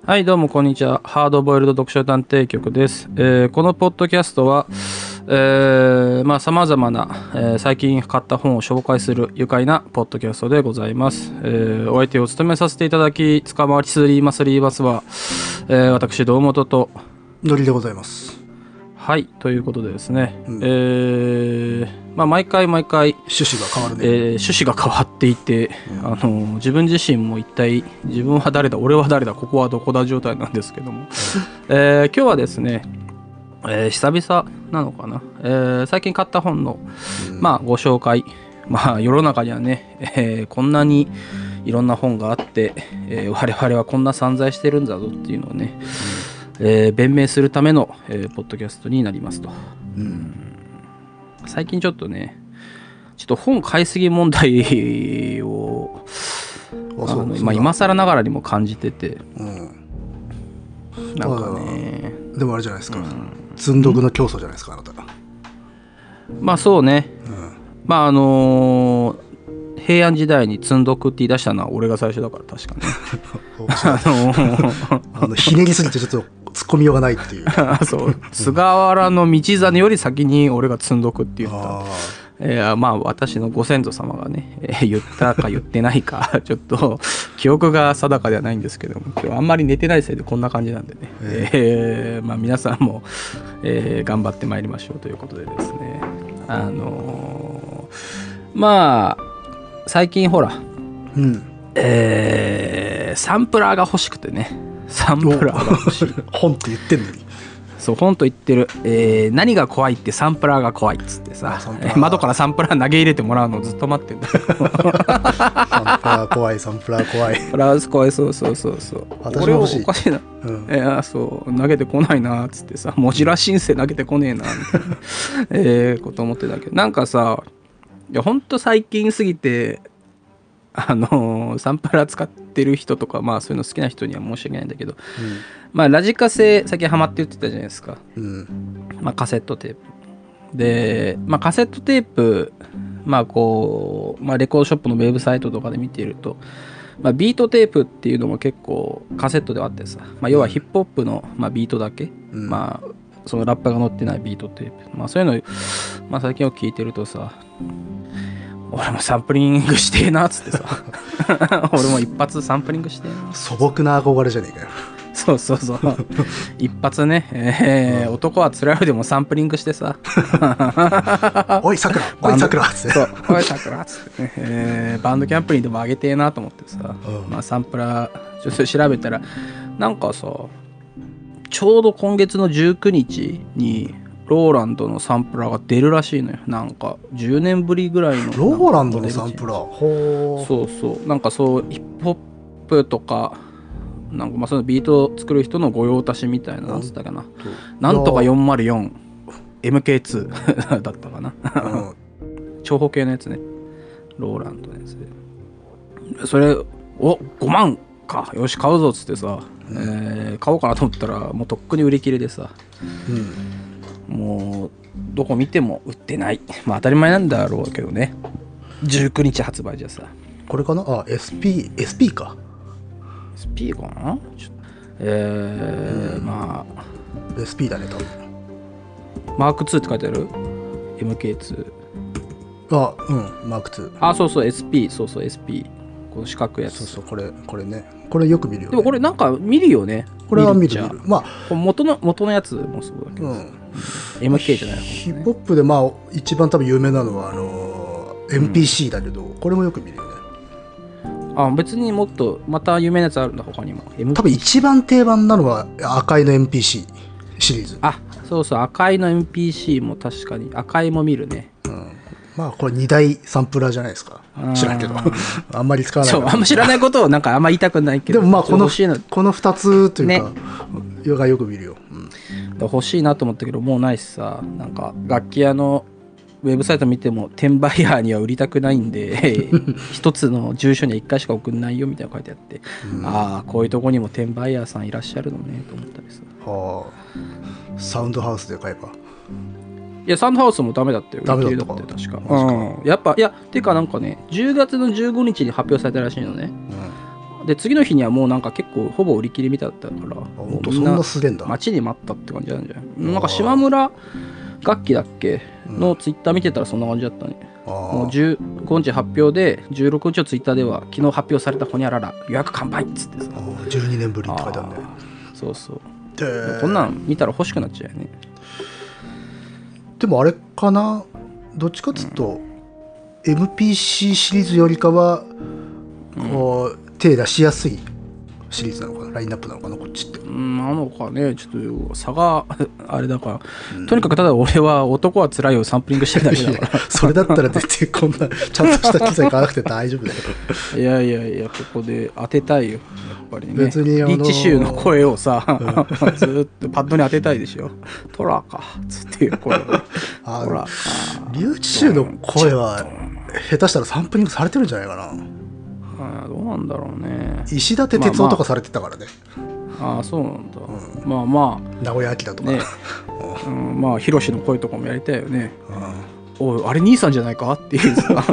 はい、どうもこんにちは。ハードボイルド読書探偵局です。このポッドキャストは、様々な、最近買った本を紹介する愉快なポッドキャストでございます。お相手を務めさせていただき、つかまわりすりますりますは、私、堂本と、 のりでございます。 はい、ということでですね、毎回趣旨が変わるね。 趣旨が変わっていて、自分自身も一体自分は誰だ、俺は誰だ、ここはどこだ状態なんですけども、今日はですね、久々なのかな、最近買った本の、ご紹介。世の中にはね、こんなにいろんな本があって、我々はこんな散在してるんだぞっていうのをね、弁明するための、ポッドキャストになりますと。最近ちょっと本買いすぎ問題を今更ながらにも感じてて、なんかね、 でもあれじゃないですか、積んどくの競争じゃないですか、あなた。 そうね、平安時代に積んどくって言い出したのは俺が最初だから、確かねひねりすぎてちょっと突っ込みようがないっていうそう菅原道真より先に俺が積んどくって言った。私のご先祖様がね、言ったか言ってないかちょっと記憶が定かではないんですけども、今日あんまり寝てないせいでこんな感じなんでね、皆さんも、頑張ってまいりましょうということでですね、最近ほら、サンプラーが欲しくてね、サンプラーが欲しい本って言ってんのに。 そう本と言ってる、何が怖いってサンプラーが怖いっつってさ、窓からサンプラー投げ入れてもらうのをずっと待ってんだよ。サンプラー怖い、サンプラー怖い、 プラー怖い、そう私も欲しい。 俺おかしいな、そう投げてこないなっつってさ、モジュラ申請投げてこねえなみたいなこと思ってたけど、なんかさ、いやほんと最近すぎてサンプラー使ってる人とか、そういうの好きな人には申し訳ないんだけど、ラジカセ最近ハマって言ってたじゃないですか、カセットテープで、カセットテープレコードショップのウェブサイトとかで見ていると、ビートテープっていうのも結構カセットではあってさ、要はヒップホップの、ビートだけ、そのラッパーが載ってないビートテープ、そういうの、最近を聞いてるとさ、俺もサンプリングしてえなっつってさ俺も一発サンプリングしてえな、 素朴な憧れじゃねえかよ。 そう一発ね、男はつらいでもサンプリングしてさおいさくらおいさくらっつっておいさくらっつってね、バンドキャンプにでもあげてえなと思ってさ、サンプラーちょっと調べたら、なんかさ、ちょうど今月の19日にローランドのサンプラーが出るらしいのよ。なんか10年ぶりぐらいの。 ローランドのサンプラー、 そうなんかそうヒップホップとかなんかそのビートを作る人の御用達みたいな、なんつったかな、なんとか 404MK2 だったかな、長方形のやつね、ローランドのやつで、それ5万か、よし買うぞっつってさ、買おうかなと思ったらもうとっくに売り切れでさ、もうどこ見ても売ってない。当たり前なんだろうけどね、19日発売じゃさ。 これかな、SP か、 SP かな、 SP だね多分。 マーク2って書いてある MK2。 マーク2。 そう SP、SP、この四角いやつ。 これね、これよく見るよね。 でもこれなんか見るよね。 これは見る。 元のやつもそうだけど、MK じゃない、 ヒップホップで一番多分有名なのはMPC だけど、これもよく見るよね。 別にもっとまた有名なやつあるんだ、他にも。 多分一番定番なのは赤いの MPC シリーズ。 そう赤いの MPC も確かに、赤いも見るね。 これ2大サンプラーじゃないですか。知らんけどあんまり使わない。 あんま知らないことをなんかあんま言いたくないけど、 でもこの2つというか、がよく見るよ。 欲しいなと思ったけどもうないしさ、なんか楽器屋のウェブサイト見ても転売ヤーには売りたくないんで一つの住所には1回しか送んないよみたいな書いてあって、こういうとこにも転売ヤーさんいらっしゃるのねと思ったりさ。 サウンドハウスで買えば。 いやサウンドハウスもダメだったよ。 ダメだったか。 確か。やっぱていうかなんかね、10月の15日に発表されたらしいのね。 で次の日にはもうなんか結構ほぼ売り切りみたいだったから、もうみんな待ちに待ったって感じなんじゃない？なんか島村楽器だっけのツイッター見てたらそんな感じだったね。もう15日発表で16日のツイッターでは昨日発表されたホニャララ予約完売っつってさ、 12年ぶりって書いてあるね。 そうそう、こんなん見たら欲しくなっちゃうよね。 でもあれかな、どっちかっつうと、MPC シリーズよりかはこう手出しやすいシリーズなのかな、ラインナップなのかなこっちって。 なのかね、ちょっと差があれだから、とにかくただ俺は男はつらいをサンプリングしてるだけだからそれだったら絶対こんなちゃんとした機材買わなくて大丈夫だよ。 いやいやいや、ここで当てたいよやっぱりね。 別にリッチシューの声をさ、ずっとパッドに当てたいでしょ。トラかつっていう声を、トラか。 リュウチシューの声は下手したらサンプリングされてるんじゃないかな。 どうなんだろうね。 石立哲夫とかされてたからね。 ああ、そうなんだ。まあまあ名古屋明とかね、 まあヒロシの声とかもやりたいよね。おいあれ兄さんじゃないかっていうさ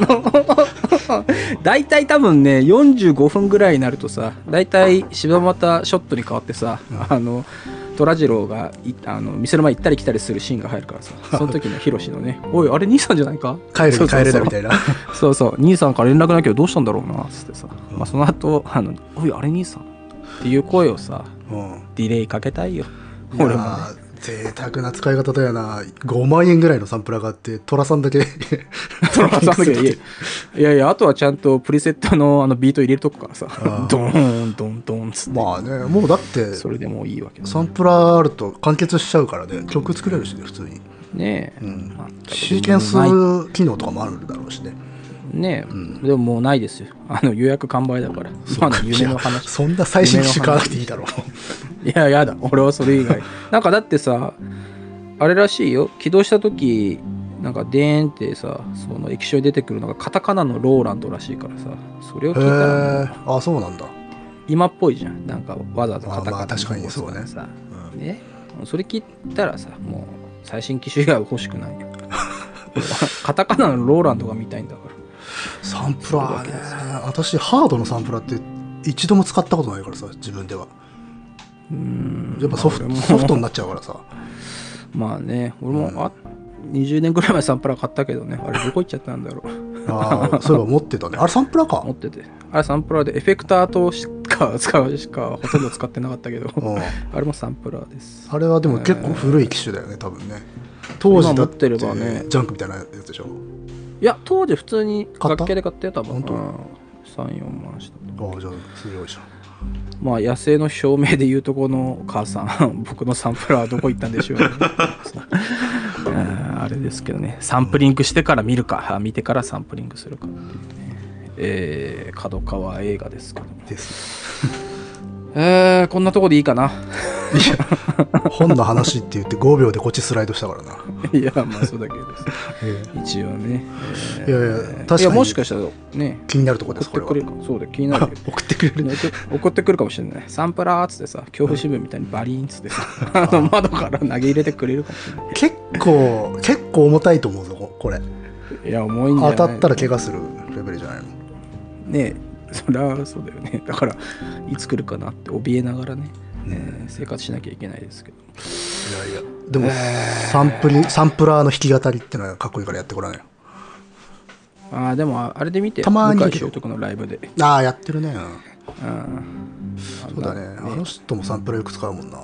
大体多分ね45分ぐらいになるとさ、大体柴又ショットに変わってさ、虎次郎が店の前行ったり来たりするシーンが入るからさ、その時のヒロシのねおいあれ兄さんじゃないか、 帰るに帰れないみたいなそうそう、兄さんから連絡なきゃどうしたんだろうなっつってさ、まあ、その後おいあれ兄さんっていう声をさ、ディレイかけたいよ俺もね。 贅沢な使い方だよな。5万円ぐらいのサンプラーがあって寅さんだけ寅さんだけいやいや、あとはちゃんとプリセットのビート入れるとこからさ、ドーンドンドンつって、 まあね、もうだってそれでもういいわけだ、 サンプラーあると完結しちゃうからね、曲作れるしね普通にねえ、 シーケンス機能とかもあるだろうしね。 ねえ、でももうないですよ、予約完売だから。まだ夢の話。 そんな最新機種買わなくていいだろういややだ、俺はそれ以外なんかだってさ、あれらしいよ、起動した時なんかデーンってさ、その液晶に出てくるのがカタカナのローランドらしいからさ、それを聞いたらあ、そうなんだ。 今っぽいじゃん、なんかわざわざカタカナのまあ確かにそうね。 ね、それ聞いたらさ、もう最新機種以外は欲しくないよカタカナのローランドが見たいんだから。 サンプラーね、私ハードのサンプラーって一度も使ったことないからさ、自分では。やっぱソフトになっちゃうからさ。 まあね、俺も20年ぐらい前サンプラー買ったけどね、あれどこ行っちゃったんだろうそういえば持ってたね。あれサンプラーか。 持ってて、あれサンプラーでエフェクターとしか使うしかほとんど使ってなかったけどあれもサンプラーです。 あれはでも結構古い機種だよね多分ね。当時だって持ってればね、 ジャンクみたいなやつでしょ。 いや当時普通に楽器で買ってたもん。 3、4 万した。 じゃあすごいじゃん。 まあ野生の証明でいうとこの母さん僕のサンプラーはどこ行ったんでしょうねあれですけどね、サンプリングしてから見るか見てからサンプリングするかっていうね、角川映画ですけどですこんなとこでいいかな本の話って言って5秒でこっちスライドしたからな。 いやまあそうだけどです一応ね、 いやいや確かにもしかしたらね気になるところです。 送ってくれるか。そうだ気になる送ってくれる送ってくるかもしれない。サンプラーっつってさ、恐怖新聞みたいにバリーンっつってさ窓から投げ入れてくれるかもしれない。 結構重たいと思うぞこれ。 いや重いんじゃない。 当たったら怪我するレベルじゃないのねえ。そりゃそうだよね。だからいつ来るかなって怯えながらね、生活しなきゃいけないですけど。 いやでも、サンプラーの弾き語りってのはかっこいいからやってごらんよ。 でもあれで見て、 たまに向井秀徳のライブでやってるね。そうだね、 あの人もサンプラーよく使うもんな。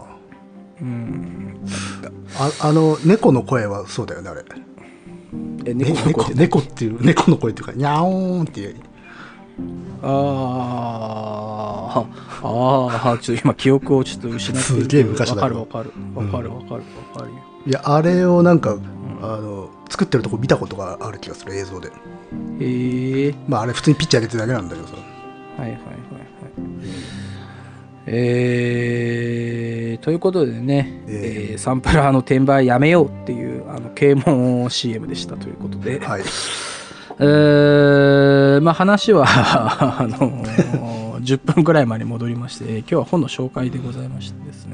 猫の声はそうだよねあれ。猫っていう猫の声っていうかニャオーンっていう。 ちょっと今記憶をちょっと失ってる。 すげえ昔だ。 わかるよ。 いやあれをなんか、作ってるとこ見たことがある気がする映像で。まああれ普通にピッチ上げてるだけなんだけどさ。 ということでね、サンプラーの転売やめようっていう啓蒙 CM でしたということで、まあ話は10分ぐらい前に戻りまして、今日は本の紹介でございましてですね、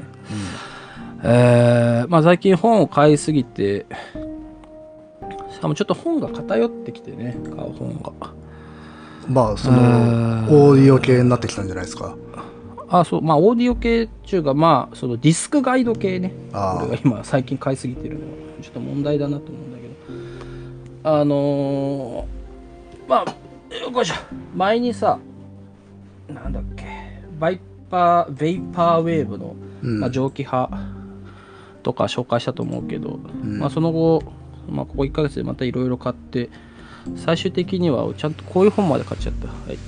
まあ最近本を買いすぎて、しかもちょっと本が偏ってきてね、買う本がまあそのオーディオ系になってきたんじゃないですか。 そう、まあオーディオ系っていうか、まあそのディスクガイド系ね。 あーこれが今最近買いすぎてるのはちょっと問題だなと思うんだけど、まあよいしょ、前にさ、なんだっけ、ベイパーウェーブの、まあ、蒸気波とか紹介したと思うけど、まあその後、まあ、ここ1ヶ月でまたいろいろ買って、最終的にはちゃんとこういう本まで買っちゃった。はい。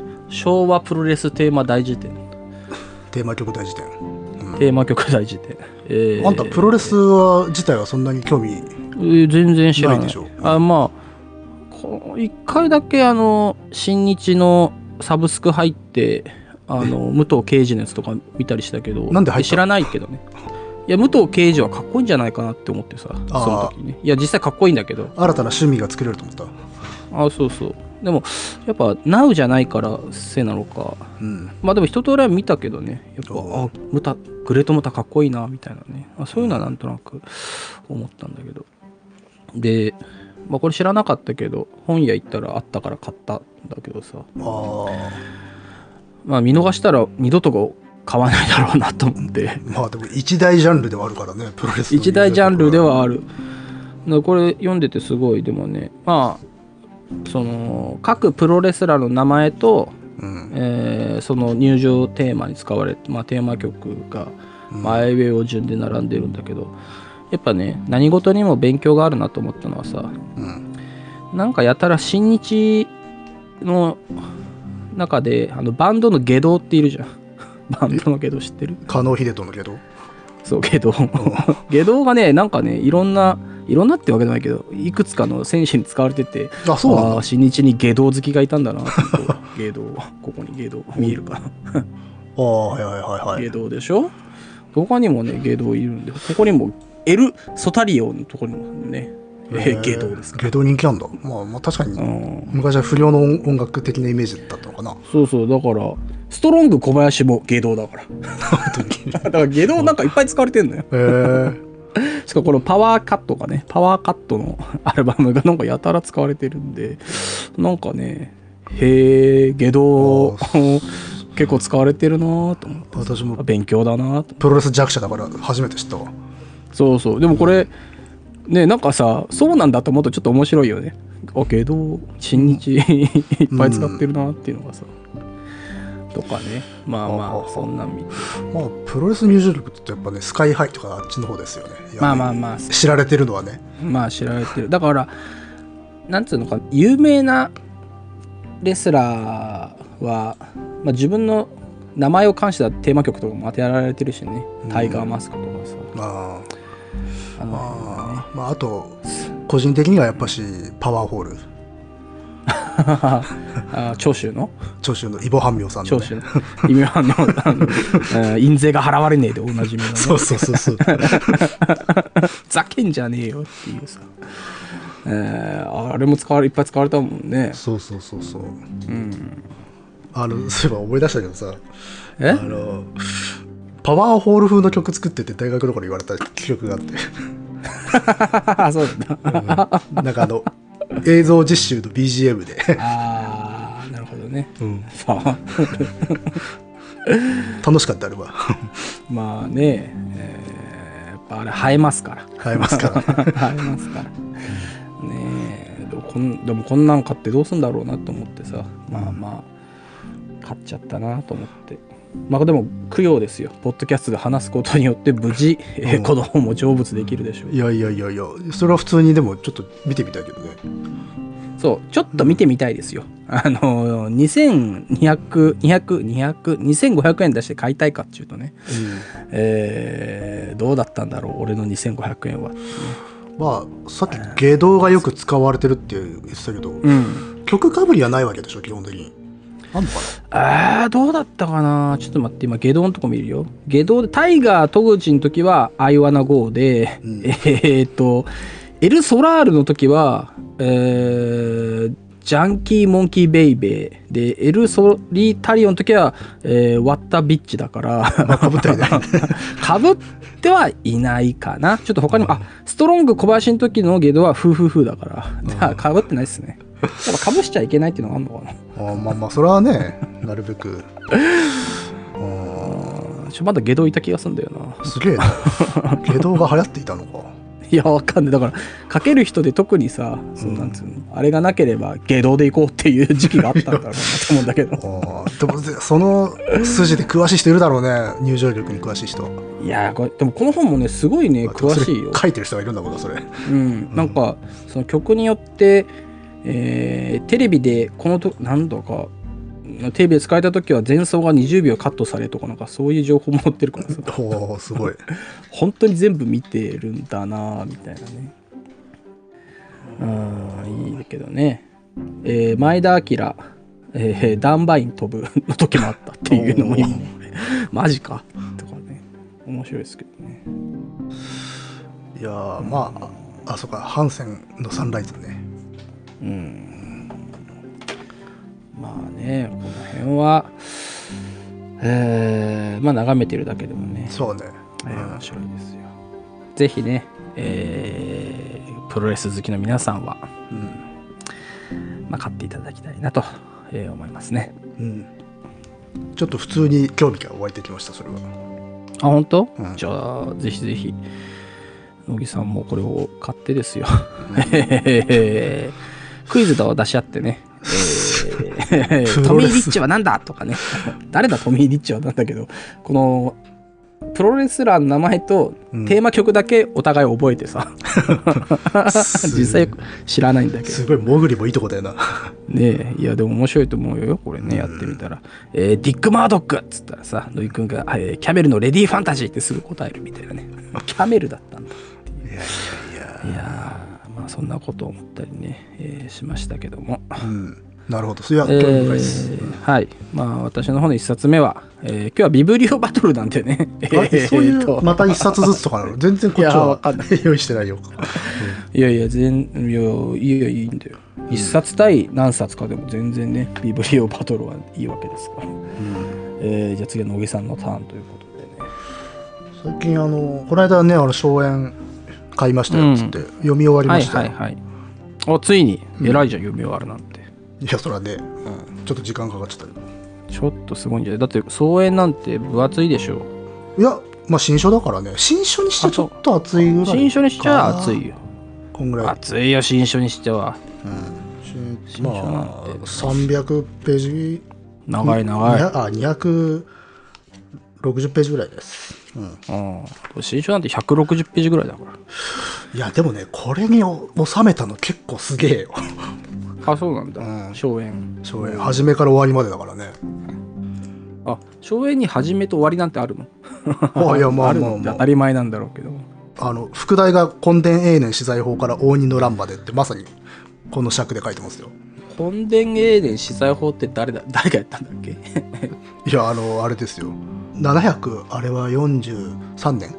昭和プロレステーマ大辞典。 テーマ曲大辞典。 テーマ曲大辞典。 あんたプロレスは自体はそんなに興味全然知らないでしょ。 まあ1回だけ新日のサブスク入って武藤敬司のやつとか見たりしたけど、 なんで入った？ 知らないけどね。いや、武藤敬司はかっこいいんじゃないかなって思ってさ、その時に。いや、実際かっこいいんだけど。 新たな趣味が作れると思った。 そうそう。でもやっぱ Now じゃないからせなのか、まあでも一通りは見たけどね、やっぱグレートムタかっこいいなみたいなね、そういうのはなんとなく思ったんだけど、で、まあ、これ知らなかったけど本屋行ったらあったから買ったんだけどさ、まあ見逃したら二度と買わないだろうなと思って。 まあでも一大ジャンルではあるからね、プロレスの一大ジャンルではある。これ読んでてすごい、でもね、まあその各プロレスラーの名前と、その入場テーマに使われて、まあ、テーマ曲がアイウェイを順で並んでるんだけど、やっぱね、何事にも勉強があるなと思ったのはさ、なんかやたら新日の中でバンドの下道っているじゃん。バンドの下道知ってる？ 加納秀人の下道。 そう、下道。下道がね、なんかね、いろんなってわけじゃないけど、いくつかの選手に使われてて、 そうなんだ。 新日に下道好きがいたんだな。下道、ここに下道見えるかな。 はいはいはいはい。 下道でしょ。他にもね、下道いるんで、ここにもエル・ソタリオのところにもね、下道ですか。 下道人気なんだ。まあ確かに、昔は不良の音楽的なイメージだったのかな。 そうそう、だからストロング小林も下道だから。だから下道なんかいっぱい使われてんのよ。しかもこのパワーカットがね、パワーカットのアルバムがなんかやたら使われてるんで、なんかね、下道結構使われてるなと思って、 私も勉強だなと。 プロレス弱者だから初めて知ったわ。 そうそう。でもこれね、なんかさ、そうなんだと思うとちょっと面白いよね。下道新日いっぱい使ってるなっていうのがさ、とかね。まあまあそんなん見て、 まあプロレス入場曲ってやっぱね、スカイハイとかあっちの方ですよね。 まあまあまあ知られてるのはね。 まあ知られてる。だからなんつうのか、有名なレスラーは、まあ、自分の名前を冠したテーマ曲とかも当てられてるしね。タイガーマスクとかさ。 まああと個人的にはやっぱしパワーホール。 長州のイボハンミョさんの、ね、 長州のイボハンミョ印税が払われねえでおなじみの、ね、 そうざけんじゃねえよっていうさ、あれもいっぱい使われたもんね。 そう、そういえば思い出したけどさ、パワーホール風の曲作ってって大学の頃言われた記憶があってそうだ、なんか映像実習の BGM でなるほどね、 楽しかったあれは。 まあね、やっぱあれ映えますから映えますからね。でもこんなん買ってどうすんだろうなと思ってさ、まあ買っちゃったなと思って、まあでも供養ですよ。ポッドキャストで話すことによって無事、子供も成仏できるでしょう。 いやそれは普通にでもちょっと見てみたいけどね。 そうちょっと見てみたいですよ。2500円出して買いたいかっていうとね、どうだったんだろう俺の2500円は、 まあさっき下道がよく使われてるって言ってたけど、曲かぶりはないわけでしょ基本的に。あんのかな。どうだったかな。ちょっと待って、今下道のとこ見るよ。下道でタイガー戸口の時はI wanna goで、エルソラールの時はジャンキーモンキーベイベーで、エルソリタリオの時はワッタビッチだからかぶったりね。 かぶってはいないかな。ちょっと他にも、ストロング小林の時の下道はフーフーフーだからかぶってないですね。 ぱかぶしちゃいけないっていうのがあるのかな。 まあまあそれはねなるべくまだ下道いた気がするんだよな。 すげえな下道が流行っていたのか。 いやわかんない。だからかける人で特にさ、そうなんつうの、あれがなければ下道で行こうっていう時期があったんだろうなと思うんだけど。 でもその筋で詳しい人いるだろうね、入場力に詳しい人。 いやこれでもこの本もねすごいね詳しいよ。 書いてる人がいるんだもんなそれ。 なんかその曲によって、テレビでこのと何度かテレビで使えた時は前奏が20秒カットされとかなんかそういう情報も載ってるからさ。 おすごい。 本当に全部見てるんだなみたいなね。いいけどね。前田明、ダンバイン飛ぶの時もあったっていうのも今マジかとかね、面白いですけどね。 いやまあそうか、ハンセンのサンライズね。 まあね、この辺はまあ眺めてるだけでもね、 そうね、 面白いですよ。ぜひね、プロレス好きの皆さんは、まあ、買っていただきたいなと、思いますね。 ちょっと普通に興味が湧いてきました、それは。 あ、本当？じゃあぜひぜひ乃木さんもこれを買ってですよ。クイズと出し合ってね、トミー・リッチはなんだとかね、誰だトミー・リッチはなんだけど、このプロレスラーの名前とテーマ曲だけお互い覚えてさ、実際知らないんだけど、 すごい潜りもいいとこだよな。 ねえ、いやでも面白いと思うよこれね、やってみたら、ディック・マードックっつったらさ、乃木くんが、キャメルのレディーファンタジーってすぐ答えるみたいなね。キャメルだったんだっていう。いやまあそんなことを思ったりね、しましたけども。 なるほど、それは興味深いです。 はい、まあ私の方の一冊目は、今日はビブリオバトルなんでね。 そういうまた一冊ずつとかなの？全然こっちは用意してないよ。 いやいやいいんだよ。一冊対何冊かでも全然ね、ビブリオバトルはいいわけですから。じゃあ次は乃木さんのターンということでね。 最近この間ね荘園買いましたよっつって読み終わりました。 ついに偉いじゃん、読み終わるなんて。 いやそれはね、ちょっと時間かかっちゃったけど。 ちょっとすごいんじゃない？だって荘園なんて分厚いでしょ。 いやまあ新書だからね、新書にしちゃちょっと厚いぐらいかな。 新書にしちゃ厚いよ。 こんぐらい厚いよ新書にしては。 新書なんて300ページ、 長い 260ページぐらいです。 新書なんて160ページぐらいだから。 いやでもね、これに収めたの結構すげえよ。 あ、そうなんだ。荘園初めから終わりまでだからね。 あ、荘園に始めと終わりなんてあるの？ いやまあ当たり前なんだろうけど、 副題が根伝永年資材法から応仁の乱までってまさにこの尺で書いてますよ。 根伝永年資材法って誰がやったんだっけ？ いやあれですよ、700あれは43年。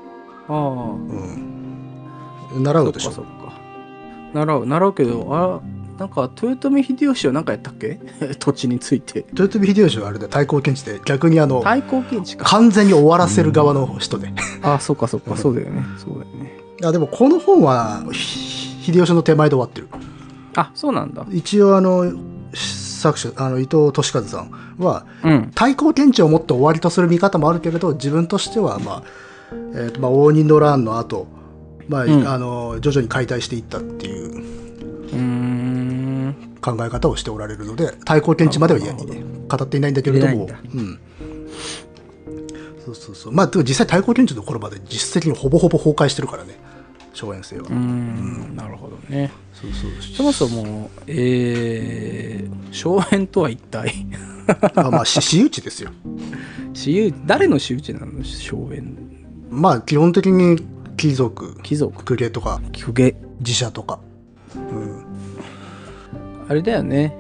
習うでしょ。 そっか習うけど、なんか豊臣秀吉は何かやったっけ？土地について。 豊臣秀吉はあれで太閤検地で逆に太閤検地か、 完全に終わらせる側の人で。 そっかそうだよね。 いやでもこの本は秀吉の手前で終わってる。 あ、そうなんだ。 一応作者伊藤利和さんは、太閤検地をもって終わりとする見方もあるけれど、自分としては応仁の乱の後、徐々に解体していったっていう考え方をしておられるので、太閤検地までは語っていないんだけれども、そうまあでも実際太閤検地の頃まで実績にほぼほぼ崩壊してるからね、荘園制は。 なるほどね。そもそも荘園とは一体私有地ですよ。 誰の私有地なの荘園？ まあ基本的に貴族公家とか寺社とか、 あれだよね、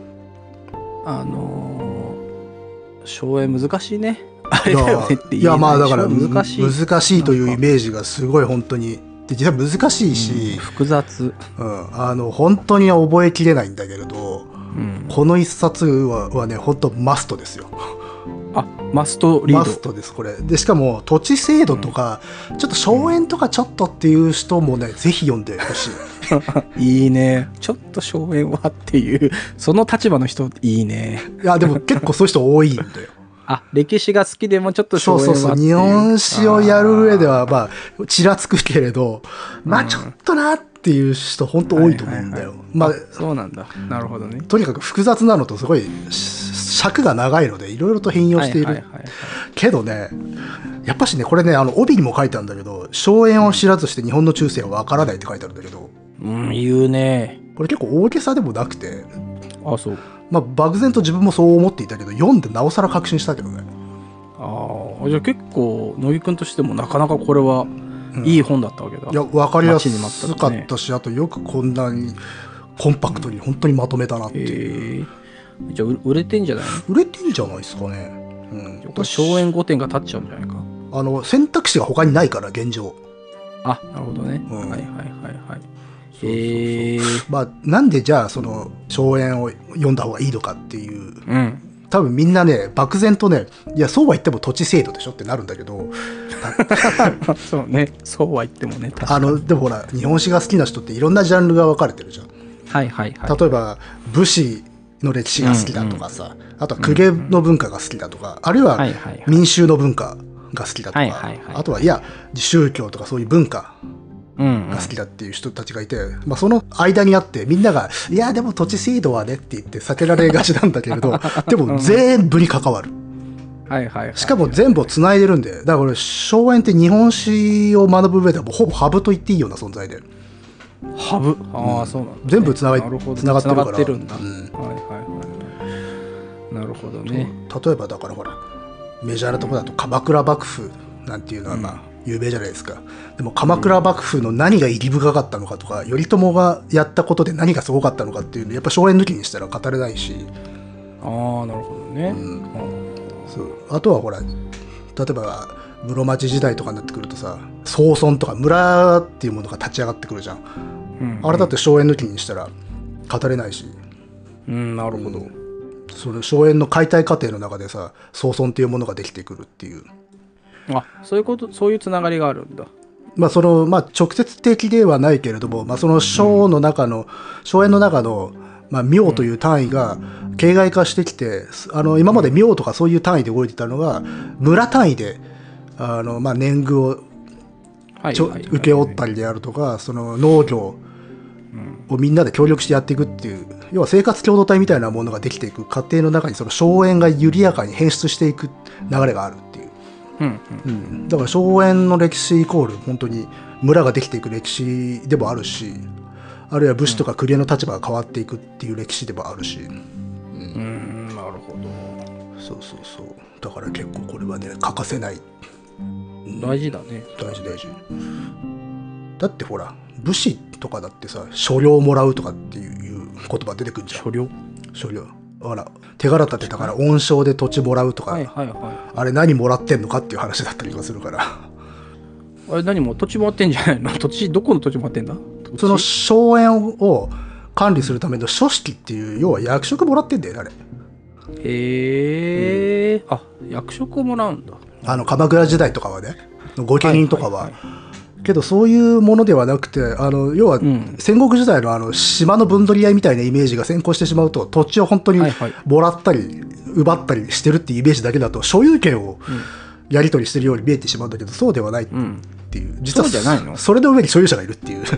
荘園難しいね。あれだよねって言えない。 いやまあだから難しいというイメージがすごい本当にで、実際難しいし、 複雑、 本当に覚えきれないんだけれど、この一冊はね本当マストですよ。 あ、マストリード。 マストですこれで。しかも土地制度とか、ちょっと荘園とかちょっとっていう人もね、ぜひ読んでほしい。 いいね。ちょっと荘園はっていうその立場の人いいね。 いやでも結構そういう人多いんだよ。 あ、歴史が好きでもちょっと荘園はっていう。 日本史をやる上ではまあちらつくけれど、まあちょっとなっていう人本当多いと思うんだよ。まあそうなんだ。なるほどね。 とにかく複雑なのとすごい尺が長いのでいろいろと変容しているけどね、やっぱしねこれね帯にも書いてあるんだけど、荘園を知らずして日本の中世はわからないって書いてあるんだけど、 言うね。 これ結構大げさでもなくて、 あ、そう。 まあ漠然と自分もそう思っていたけど、読んでなおさら確信したけどね。 ああ、じゃあ結構乃木くんとしてもなかなかこれはいい本だったわけだ。 いや分かりやすかったし、あとよくこんなにコンパクトに本当にまとめたなっていう。 じゃあ売れてんじゃないの？ 売れてんじゃないですかね。 荘園5点が立っちゃうんじゃないか。 選択肢が他にないから現状。 あ、なるほどね。はいはいはいはい。 まあなんでじゃあその荘園を読んだ方がいいのかっていう、多分みんなね漠然とね、いやそうは言っても土地制度でしょってなるんだけどそうね、そうは言ってもね。 でもほら日本史が好きな人っていろんなジャンルが分かれてるじゃん。 はいはいはい。 例えば武士の歴史が好きだとかさ、あとは公家の文化が好きだとか、あるいは民衆の文化が好きだとか、あとはいや宗教とかそういう文化が好きだっていう人たちがいて、まあ、その間にあってみんなが「いやでも土地制度はね」って言って避けられがちなんだけれどでも全部に関わる。しかも全部をつないでるんで、だからこれ荘園って日本史を学ぶ上ではもうほぼハブと言っていいような存在で。 ハブ、ああそうなんだ、ね、 全部つながってるから。 はいはいはい。なるほどね。 例えばだからほらメジャーなところだと鎌倉幕府なんていうのはまあ有名じゃないですか。でも鎌倉幕府の何が入り深かったのかとか、頼朝がやったことで何がすごかったのかっていうのやっぱ荘園抜きにしたら語れないし。 ああなるほどね。 そうあとはほら例えば室町時代とかになってくるとさ、荘村とか村っていうものが立ち上がってくるじゃん。あれだって荘園抜きにしたら語れないし。 なるほど。 その荘園の解体過程の中でさ、荘村っていうものができてくるっていう。 あ、そういうこと、そういうつながりがあるんだ。 まあ直接的ではないけれども、まあ、その荘の中の、荘園の中の、まあ、廟という単位が形骸化してきて、今まで廟とかそういう単位で動いてたのが村単位でまあ、年貢を請け負ったりであるとか、その農業をみんなで協力してやっていくっていう、要は生活共同体みたいなものができていく過程の中に、その荘園が緩やかに変質していく流れがあるっていう。だから荘園の歴史イコール本当に村ができていく歴史でもあるし、あるいは武士とか公家の立場が変わっていくっていう歴史でもあるし。なるほど。 そうだから結構これはね欠かせない。 大事だね。 大事。だってほら武士とかだってさ、所領もらうとかっていう言葉出てくるじゃん。所領ほら手柄立てたから恩賞で土地もらうとか、あれ何もらってんのかっていう話だったりとかするから。 あれ何も土地もらってんじゃないの？どこの土地もらってんだ？ その荘園を管理するための書式っていう、要は役職もらってんだよね、あれ。 あ、役職をもらうんだ。 鎌倉時代とかはね、御家人とかは、けどそういうものではなくて、要は戦国時代の島の分取り合いみたいなイメージが先行してしまうと、土地を本当にもらったり奪ったりしてるっていうイメージだけだと所有権をやり取りしてるように見えてしまうんだけど、そうではないっていう、実はそれの上に所有者がいるっていう。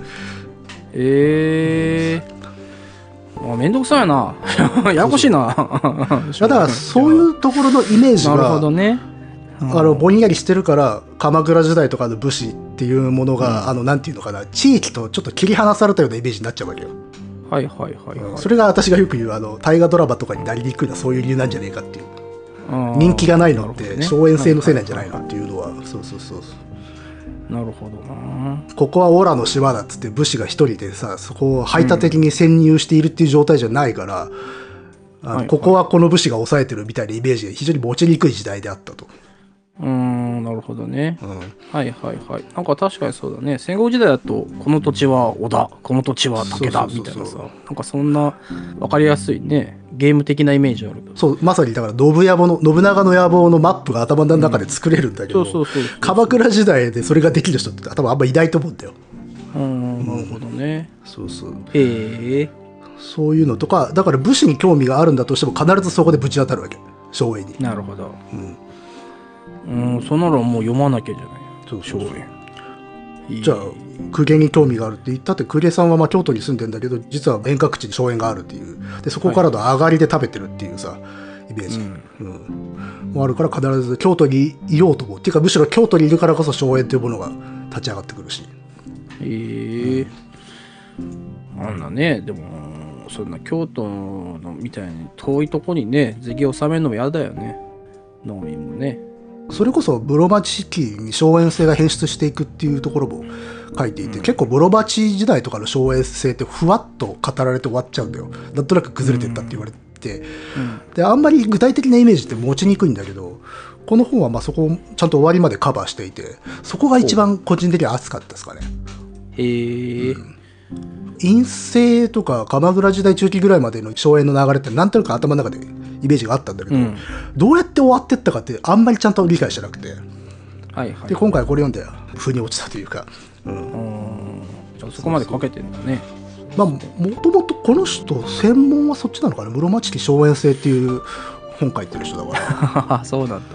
めんどくさいな。ややこしいな。 だからそういうところのイメージがなるほどね。 ぼんやりしてるから、鎌倉時代とかの武士っていうものが、なんていうのかな、地域とちょっと切り離されたようなイメージになっちゃうわけよ。それが私がよく言う大河ドラマとかになりにくいのはそういう理由なんじゃねえかっていう。人気がないのって荘園制のせいなんじゃないのっていうのは。 なるほどな。 ここはオラの島だっつって武士が一人でさ、そこを排他的に潜入しているっていう状態じゃないから、ここはこの武士が抑えてるみたいなイメージが非常に持ちにくい時代であったと。 なるほどね。なんか確かにそうだね。戦国時代だとこの土地は織田、この土地は武田みたいなさ、なんかそんな分かりやすいねゲーム的なイメージある。 そうまさにだから信長の野望のマップが頭の中で作れるんだけど、 そう鎌倉時代でそれができる人って多分あんまいないと思うんだよ。 なるほどね。 そうそう。 へえ。 そういうのとか、だから武士に興味があるんだとしても必ずそこでぶち当たるわけ、荘園に。 なるほど。そんなのもう読まなきゃじゃない。 そう荘園。 じゃあ公家に興味があるって言ったって、公家さんはまあ京都に住んでんだけど実は遠隔地に荘園があるっていう、でそこからの上がりで食べてるっていうさイメージ、もあるから必ず京都にいようと思うっていうか、むしろ京都にいるからこそ荘園というものが立ち上がってくるし。 なんだね。でもそんな京都のみたいに遠いとこにね税金納めるのも嫌だよね、農民もね。 それこそ室町期に荘園制が変質していくっていうところも書いていて、結構室町時代とかの荘園制ってふわっと語られて終わっちゃうんだよ。なんとなく崩れてったって言われて、であんまり具体的なイメージって持ちにくいんだけど、この本はまあそこをちゃんと終わりまでカバーしていて、そこが一番個人的に熱かったですかね。院政とか鎌倉時代中期ぐらいまでの荘園の流れってなんとなく頭の中でイメージがあったんだけど、どうやって終わってったかってあんまりちゃんと理解してなくて、で今回これ読んで腑に落ちたというか、 じゃあそこまでかけてるんだね。 まあもともとこの人専門はそっちなのかな、室町期荘園制っていう本書いてる人だからそうなんだ。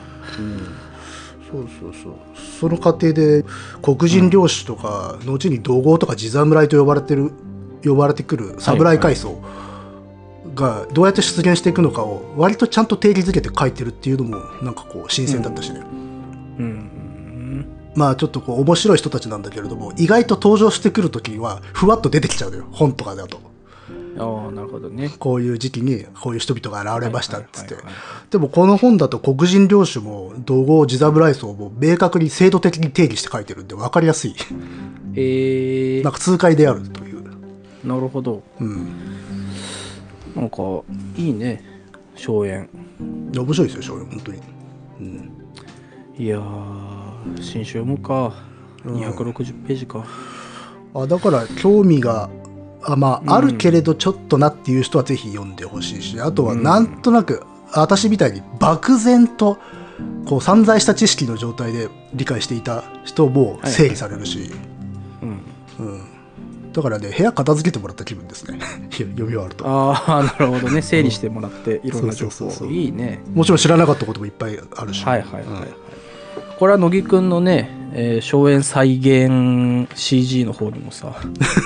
その過程で黒人領主とか、後に土豪とか地侍と呼ばれてくる侍階層がどうやって出現していくのかを割とちゃんと定義づけて書いてるっていうのもなんかこう新鮮だったしね。まあちょっとこう面白い人たちなんだけれども、意外と登場してくる時はふわっと出てきちゃうのよ、本とかだと。 なるほどね。 こういう時期にこういう人々が現れましたっつって。でもこの本だと黒人領主も土豪地侍層も明確に制度的に定義して書いてるんで分かりやすい。なんか痛快であるという。 なるほど。なんかいいね、荘園。 いや面白いですよ荘園本当に。 いや新種読むか。260ページか。 だから興味があるけれどちょっとなっていう人はぜひ読んでほしいし、あとはなんとなく私みたいに漠然とこう散在した知識の状態で理解していた人も整理されるし、だからね部屋片付けてもらった気分ですね読み終わると。 なるほどね。整理してもらっていろんな情報。いいね。 もちろん知らなかったこともいっぱいあるし。 これは乃木くんのね、荘園再現 CG の方にもさ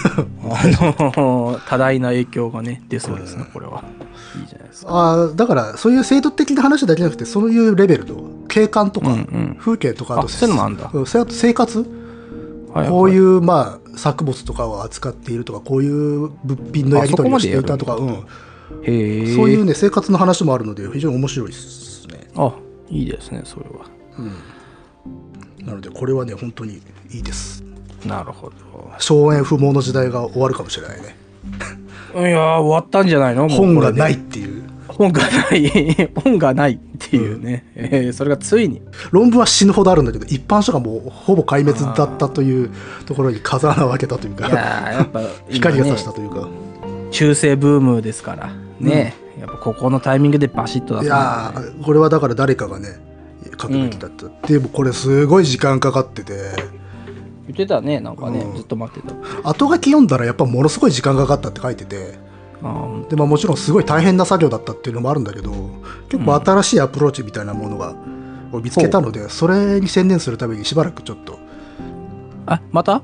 多大な影響がね出そうですね。これはいいじゃないですか。 だからそういう制度的な話だけじゃなくて、そういうレベルの景観とか、風景とか、あとそういうのもあるんだ。 生活、こういうまあ作物とかを扱っているとか、こういう物品のやり取りをしていたとか、そういうね生活の話もあるので非常に面白いですね。 いいですねそれは。 なのでこれはね本当にいいです。 なるほど。 荘園不毛の時代が終わるかもしれないね。 いや終わったんじゃないの。 本がないっていう。 本がないっていうね、それがついに。 論文は死ぬほどあるんだけど一般書がもうほぼ壊滅だったというところに風穴を開けたというか、 やっぱ光が差したというか、 中世ブームですからね、やっぱここのタイミングでバシッと出す、 いやこれはだから誰かがね書くべきだった、でもこれすごい時間かかってて言ってたね、なんかね、ずっと待ってた。 後書き読んだらやっぱものすごい時間かかったって書いてて、でもちろんすごい大変な作業だったっていうのもあるんだけど、結構新しいアプローチみたいなものを見つけたので、それに専念するためにしばらくちょっとまた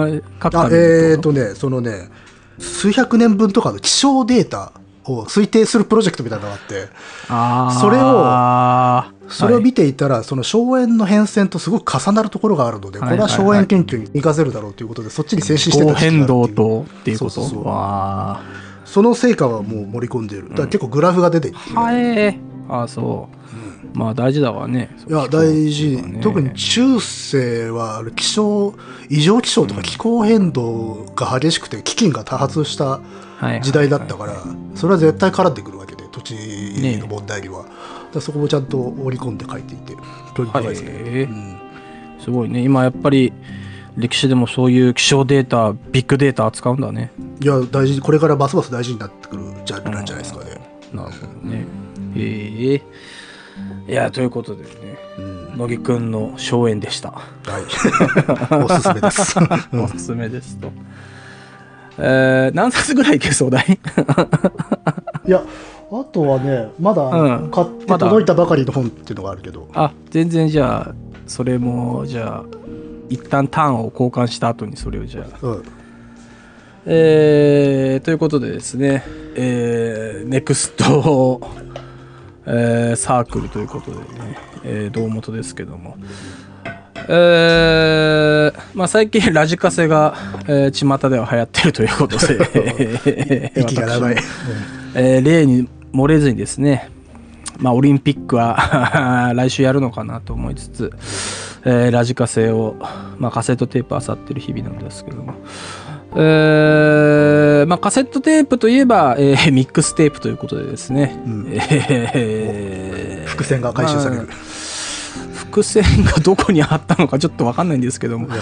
そのね数百年分とかの気象データを推定するプロジェクトみたいなのがあって、それを見ていたら、その荘園の変遷とすごく重なるところがあるので、これは荘園研究に活かせるだろうということで、そっちに先進してた変動とっていうこと。 その成果はもう盛り込んでいる。だから結構グラフが出ていて、 そう、まあ大事だわね。 いや大事、特に中世は異常気象とか気候変動が激しくて飢饉が多発した時代だったから、それは絶対絡んでくるわけで、土地の問題には、そこもちゃんと織り込んで書いていて興味深いですね。 すごいね。今やっぱり歴史でもそういう気象データ、ビッグデータ扱うんだね。 いや大事、これからますます大事になってくるジャンルなんじゃないですかね。 なるほどね。いやということでね、乃木くんの荘園でした。 はい。おすすめです。 おすすめですと。何冊ぐらいいけそうだい？ いや、あとはね、まだ買って届いたばかりの本っていうのがあるけど。 あ、全然じゃあそれもじゃあ一旦ターンを交換した後にそれをじゃあ。ということでですね、ネクスト、サークルということでね、堂本ですけども、まあ、最近ラジカセが、巷では流行ってるということで息が長い、 例に漏れずにですね、まあ、オリンピックは来週やるのかなと思いつつ、ラジカセを、まあ、カセットテープ漁ってる日々なんですけども、まあ、カセットテープといえば、ミックステープということでですね、 伏線が回収される、 伏線がどこにあったのかちょっと分かんないんですけども、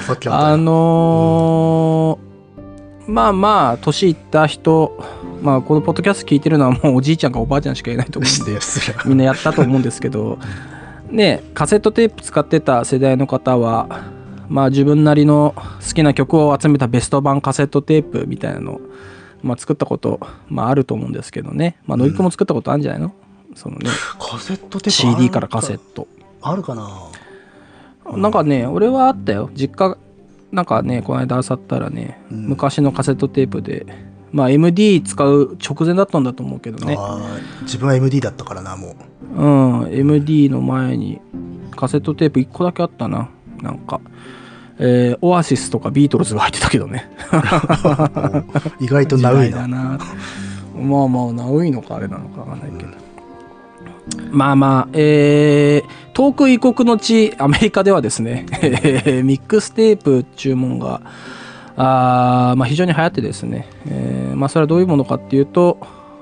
まあまあ年いった人、まあ、このポッドキャスト聞いてるのはもうおじいちゃんかおばあちゃんしかいないと思うんでみんなやったと思うんですけどね、カセットテープ使ってた世代の方はまあ自分なりの好きな曲を集めたベスト版カセットテープみたいなのを、まあ、作ったこと、まあ、あると思うんですけどね、まあ、乃木くんも作ったことあるんじゃないの、そのね、 カセットテープ CD からカセットあるかな。 なんかね、俺はあったよ、実家なんかね、この間漁ったらね、昔のカセットテープで、まあ MD 使う直前だったんだと思うけどね。 自分は MD だったからな、もう。MD の前にカセットテープ1個だけあったな。なんか、オアシスとかビートルズが入ってたけどね。 意外とナウいな。 まあまあ、ナウいのかあれなのかわかんないけど。まあまあ、遠く異国の地アメリカではですねミックステープ注文がまあ、非常に流行ってですね、まあ、それはどういうものかっていうと、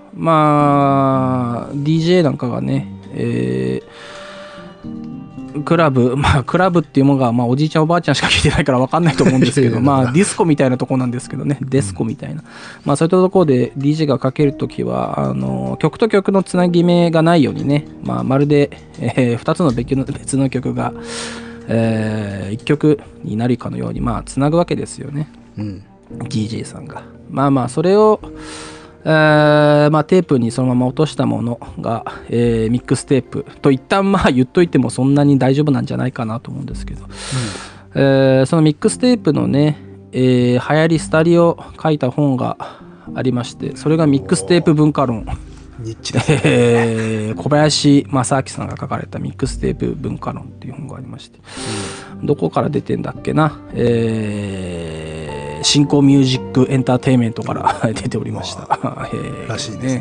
まあ DJ なんかがね、クラブっていうものが、まあ、おじいちゃんおばあちゃんしか聞いてないから分かんないと思うんですけどまあディスコみたいなとこなんですけどね、デスコみたいな、まあ、そういったところで DJ がかけるときは曲と曲のつなぎ目がないようにね、まあ、まるで、2つの別の曲が、1曲になるかのようにまあつなぐわけですよね、DJ さんが。まあまあそれをまあ、テープにそのまま落としたものが、ミックステープと一旦まあ言っといてもそんなに大丈夫なんじゃないかなと思うんですけど、そのミックステープのね、流行り廃りを書いた本がありまして、それがミックステープ文化論、小林正明さんが書かれたミックステープ文化論っていう本がありまして、どこから出てんだっけな、新興ミュージックエンターテインメントから出ておりました。 らしいですね。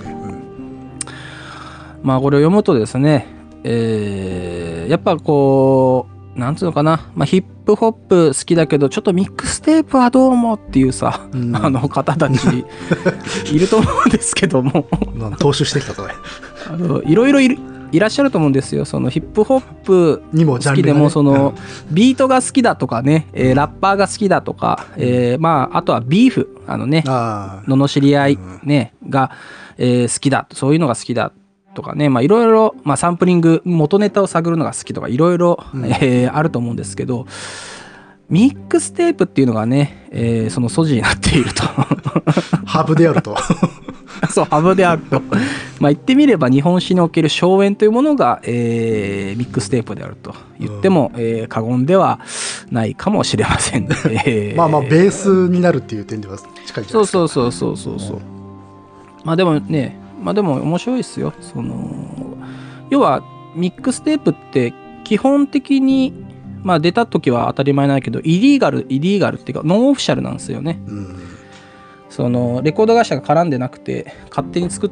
まあこれを読むとですね、やっぱこうなんつうのかな、まあ、ヒップホップ好きだけどちょっとミックステープはどうもっていうさ、方たちいると思うんですけども踏襲してきたぞいろいろいらっしゃると思うんですよ。そのヒップホップ好きでもそのビートが好きだとかね、ラッパーが好きだとか、まああとはビーフ罵り合いねが、好きだ、そういうのが好きだとかね、まあいろいろサンプリング元ネタを探るのが好きとかいろいろあると思うんですけど、ミックステープっていうのがね、その素地になっているとハブであるとそう、ハブであるとまあ言ってみれば日本史における荘園というものが、ミックステープであると言っても、過言ではないかもしれません、 まあまあベースになるっていう点では近いじゃないですか。 そうまあでもね、まあでも面白いですよ。その要はミックステープって基本的にまあ出た時は当たり前なんだけどイリーガルっていうかノンオフィシャルなんですよね。そのレコード会社が絡んでなくて勝手に作って、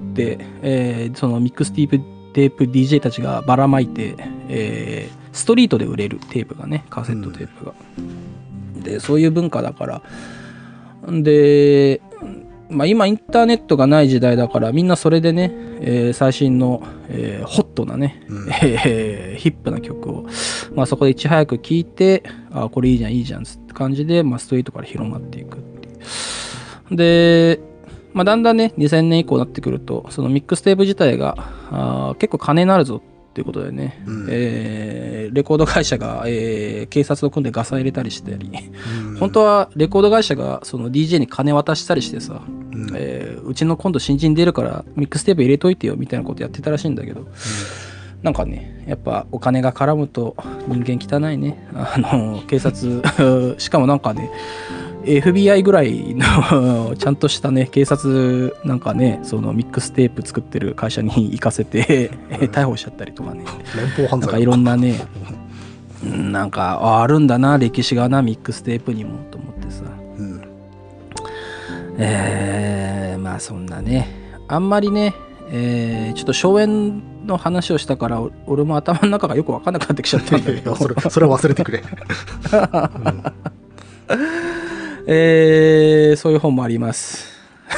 そのミックステープ DJ たちがばらまいて、ストリートで売れるテープがね、カセットテープが、でそういう文化だからで、まあ、今インターネットがない時代だからみんなそれでね、最新の、ホットなね、ヒップな曲を、まあ、そこでいち早く聴いてこれいいじゃんって感じで、まあ、ストリートから広まっていくっていう。でまあ、だんだんね2000年以降になってくるとそのミックステープ自体が結構金になるぞっていうことでね、レコード会社が、警察と組んでガサ入れたりしてたり、本当はレコード会社がその DJ に金渡したりしてさ、うちの今度新人出るからミックステープ入れといてよみたいなことやってたらしいんだけど、なんかねやっぱお金が絡むと人間汚いね。警察しかもなんかねFBI ぐらいのちゃんとしたね警察なんかねそのミックステープ作ってる会社に行かせて逮捕しちゃったりとかね、 連邦犯罪なんかいろんなねなんかあるんだな歴史がなミックステープにもと思ってさ、まあそんなねあんまりね、ちょっと荘園の話をしたから俺も頭の中がよく分かんなくなってきちゃってるんだけどそれは忘れてくれ、 そういう本もあります。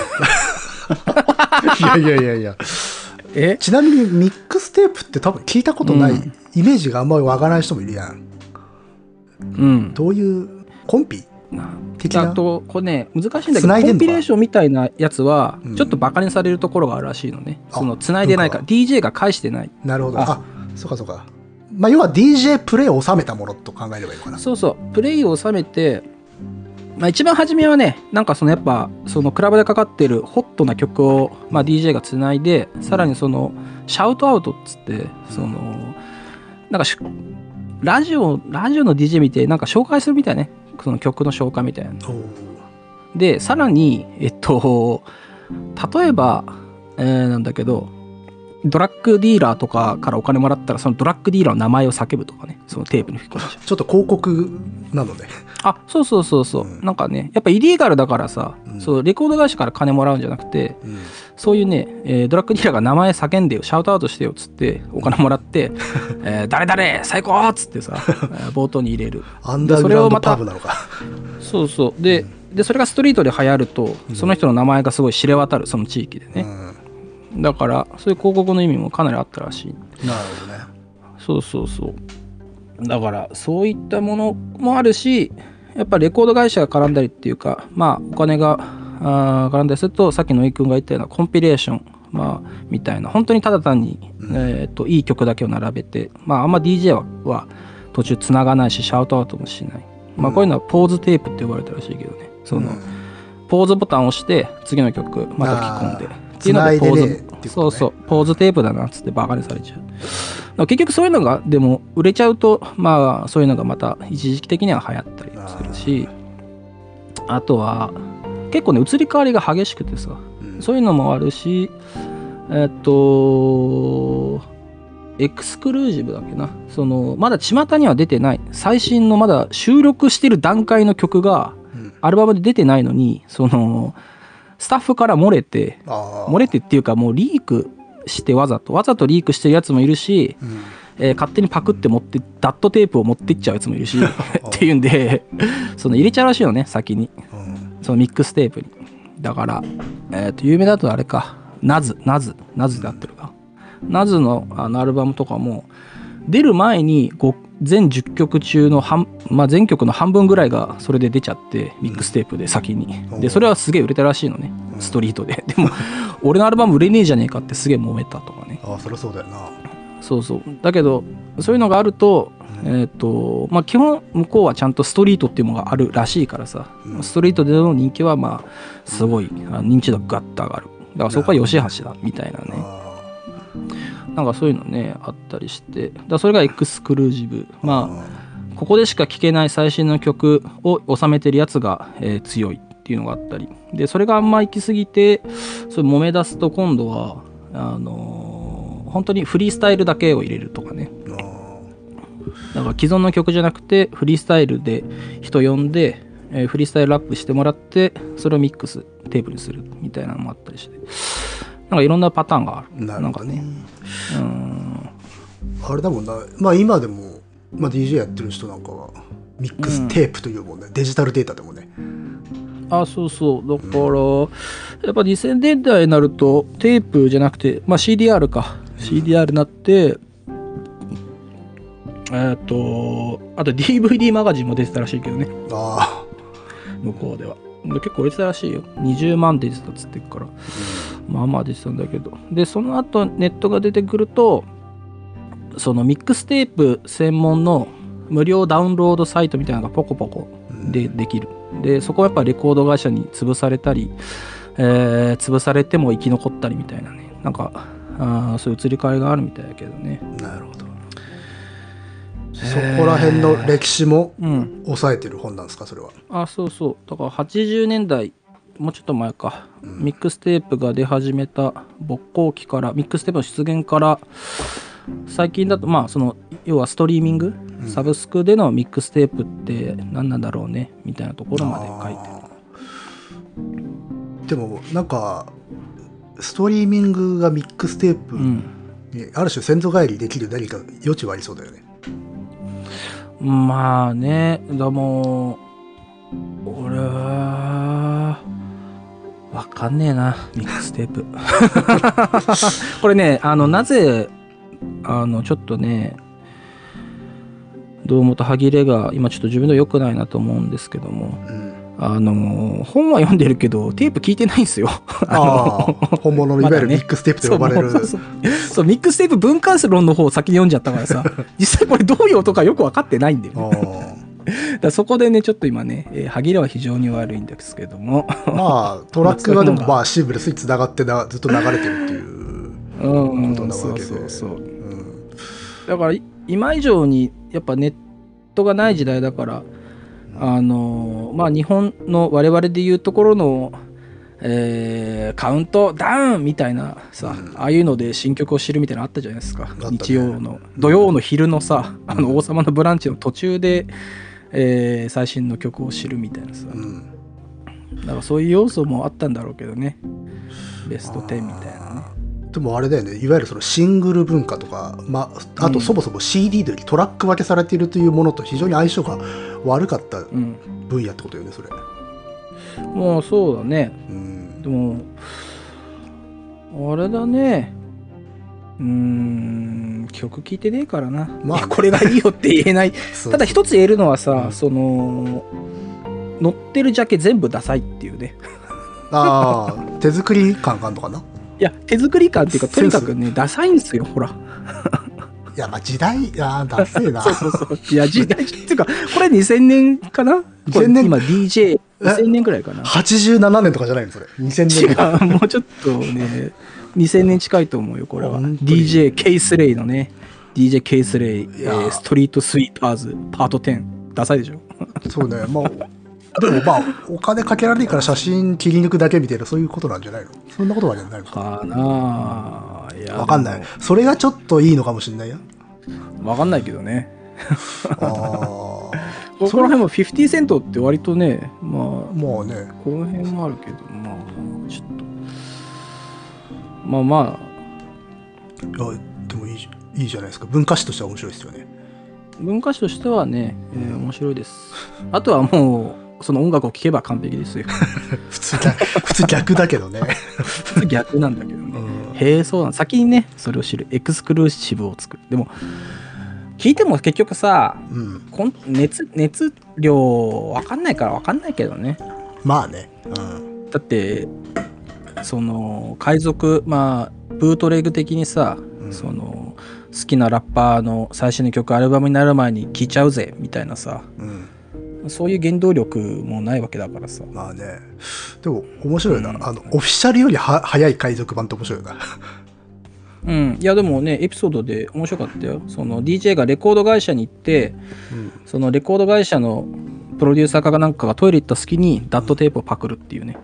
いやちなみにミックステープって多分聞いたことない、イメージがあんまりわからない人もいるやん。どういうコンピ的な。 あとこれね難しいんだけどコンピレーションみたいなやつはちょっとバカにされるところがあるらしいのね、その繋いでないから DJ が返してない。 なるほど。そうか。まあ要は DJ プレイを収めたものと考えればいいのかな。 そうプレイを収めて、まあ、一番初めはねなんかそのやっぱそのクラブでかかってるホットな曲を、まあ、DJ がつないでさらにそのシャウトアウトっつってそのなんかラジオの DJ 見てなんか紹介するみたいねその曲の紹介みたいなでさらに例えば、なんだけどドラッグディーラーとかからお金もらったらそのドラッグディーラーの名前を叫ぶとかねそのテープに吹き込んでちょっと広告なのでそう、なんかねやっぱイリーガルだからさ、そうレコード会社から金もらうんじゃなくて、そういうね、ドラッグディーラーが名前叫んでよシャウトアウトしてよっつってお金もらって誰々最高っつってさ冒頭に入れるアンダーグラウンドパブなのか。 そうでそれがストリートで流行ると、その人の名前がすごい知れ渡るその地域でね、だからそういう広告の意味もかなりあったらしい。 なるほどね。 そうだからそういったものもあるしやっぱレコード会社が絡んだりっていうかまあお金が絡んだりするとさっきの井君が言ったようなコンピレーション、まあ、みたいな本当にただ単に、いい曲だけを並べて、まあ、あんま DJ は途中つながないしシャウトアウトもしない、まあ、こういうのはポーズテープって呼ばれたらしいけどねその、ポーズボタンを押して次の曲また吹き込んでっていうのでポーズ、ポーズテープだなっつってバカにされちゃう。結局そういうのがでも売れちゃうとまあそういうのがまた一時期的には流行ったりするし、あとは結構ね移り変わりが激しくてさ、そういうのもあるしエクスクルージブだっけな、そのまだ巷には出てない最新のまだ収録してる段階の曲がアルバムで出てないのにそのスタッフから漏れてっていうかもうリークしてわざとリークしてるやつもいるし、勝手にパクって持ってダットテープを持ってっちゃうやつもいるしっていうんでその入れちゃうらしいよね先に、そのミックステープに。だから、有名だとあれかナズで合ってるか、ナズのアルバムとかも出る前に全10曲中の全曲の半分ぐらいがそれで出ちゃってミックステープで先に、でそれはすげえ売れたらしいのね、ストリートで。でも俺のアルバム売れねえじゃねえかってすげえ揉めたとかね。 そりゃそうだよな。 そうだけどそういうのがあると、まあ基本向こうはちゃんとストリートっていうものがあるらしいからさ、ストリートでの人気はまあすごい認知度がガッと上がる。だからそこは吉橋だみたいなね、なんかそういうのねあったりして、だそれがエクスクルージブ、まあここでしか聴けない最新の曲を収めてるやつが、強いっていうのがあったりで、それがあんま行き過ぎてそれ揉め出すと今度は本当にフリースタイルだけを入れるとかね、だから既存の曲じゃなくてフリースタイルで人呼んで、フリースタイルラップしてもらってそれをミックステープにするみたいなのもあったりして、なんかいろんなパターンがある。なんかね、 あれだもんな、まあ今でも、まあ、DJ やってる人なんかはミックステープというもんね、デジタルデータでもね。 そうだから、やっぱ2000年代になるとテープじゃなくて、まあ、CDR か、CDR になってあと DVD マガジンも出てたらしいけどね、向こうでは。 で結構売れてたらしいよ。20万出てたっつってるから、まあまあ出てたんだけど、でその後ネットが出てくると、そのミックステープ専門の無料ダウンロードサイトみたいなのがポコポコでできる。でそこはやっぱレコード会社に潰されたり、潰されても生き残ったりみたいなね、なんかそういう移り変わりがあるみたいだけどね。 なるほど。そこら辺の歴史も抑えてる本なんですか、それは。 そうそう。だから80年代、もうちょっと前か、ミックステープが出始めた勃興期から、ミックステープの出現から、最近だと、まあ、その、要はストリーミング、サブスクでのミックステープって何なんだろうね、みたいなところまで書いてる。 でも、なんか、ストリーミングがミックステープに、ある種先祖返りできる何か余地はありそうだよね。 まあね、だもう俺は分かんねえな、ミックステープこれね、なぜちょっとね、どうもと歯切れが今ちょっと自分で良くないなと思うんですけども、本は読んでるけどテープ聞いてないんですよ本物のいわゆるミックステープと呼ばれる、 そうミックステープ分解論の方を先に読んじゃったからさ実際これどういう音かよく分かってないんだよねだそこでねちょっと今ね、歯切れは非常に悪いんですけどもまあトラックがでもまあシームレスにつながってずっと流れてるっていうことなわけで、 そうだから今以上にやっぱネットがない時代だから、まあ日本の我々でいうところの、カウントダウンみたいなさ、ああいうので新曲を知るみたいなのあったじゃないですか、日曜の土曜の昼のさ、王様のブランチの途中で、最新の曲を知るみたいなさ、だからそういう要素もあったんだろうけどね、ベスト10みたいなね。 でもあれだよね、いわゆるそのシングル文化とか、あとそもそも CD でトラック分けされているというものと非常に相性が悪かった分野ってことよね、それ。 もうそうだね。でもあれだね、曲聴いてねえからな、まあ、これがいいよって言えないただ一つ言えるのはさ、その乗ってるジャケ全部ダサいっていうね手作り感があるのかな。 いや手作り感っていうかとにかくねダサいんですよ、ほらいやまあ時代ダセえなそういや時代っていうかこれ2000年かな、2000年今 DJ2000 年くらいかな、 87年とかじゃないのそれ、2000 年違うもうちょっとね2000年近いと思うよこれは。 DJ ケイスレイのね DJ ケイスレイ、ストリートスイーパーズパート10、ダサいでしょそうね、まあでもまあお金かけられないから写真切り抜くだけみたいなそういうことなんじゃないの、そんなことはじゃないのかな。いや分かんない、それがちょっといいのかもしれないよ、 分かんないけどねここら辺も50セントって割とね、まあもうねこの辺もあるけど、まあちょっとまあでもいいじゃないですか、文化史としては面白いですよね。 文化史としてはね、面白いです。あとはもうその音楽を聴けば完璧ですよ普通逆だけどね普通逆なんだけどね、へえそうなん、先にねそれを知るエクスクルーシブを作る。でも聞いても結局さ、熱量分かんないから分かんないけどね。 まあね、 だってその海賊、まあブートレグ的にさ、その好きなラッパーの最新の曲アルバムになる前に聴いちゃうぜみたいなさ、そういう原動力もないわけだからさ。 まあね、でも面白いな、オフィシャルより早い海賊版って面白いな。 いやでもねエピソードで面白かったよ。その DJ がレコード会社に行って、そのレコード会社のプロデューサーかなんかがトイレ行った隙にダットテープをパクるっていうね、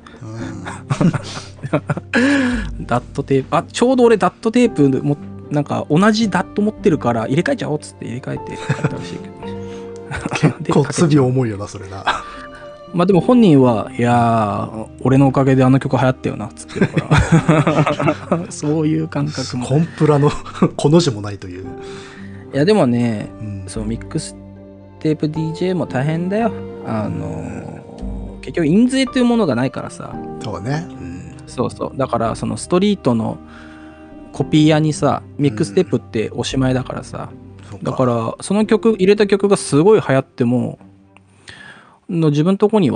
ダットテープ、ちょうど俺ダットテープもなんか同じダット持ってるから入れ替えちゃおうっつって入れ替えて書いたらしいけどね結構罪重いよなそれなまあでも本人はいや俺のおかげであの曲流行ったよなっつってるからそういう感覚もコンプラのこの字もないという。 いやでもね、そうミックステープ DJ も大変だよ。結局印税というものがないからさ。 そうね、 そうだからそのストリートのコピー屋にさミックステープっておしまいだからさ、だからその曲入れた曲がすごい流行っても自分のとこにはね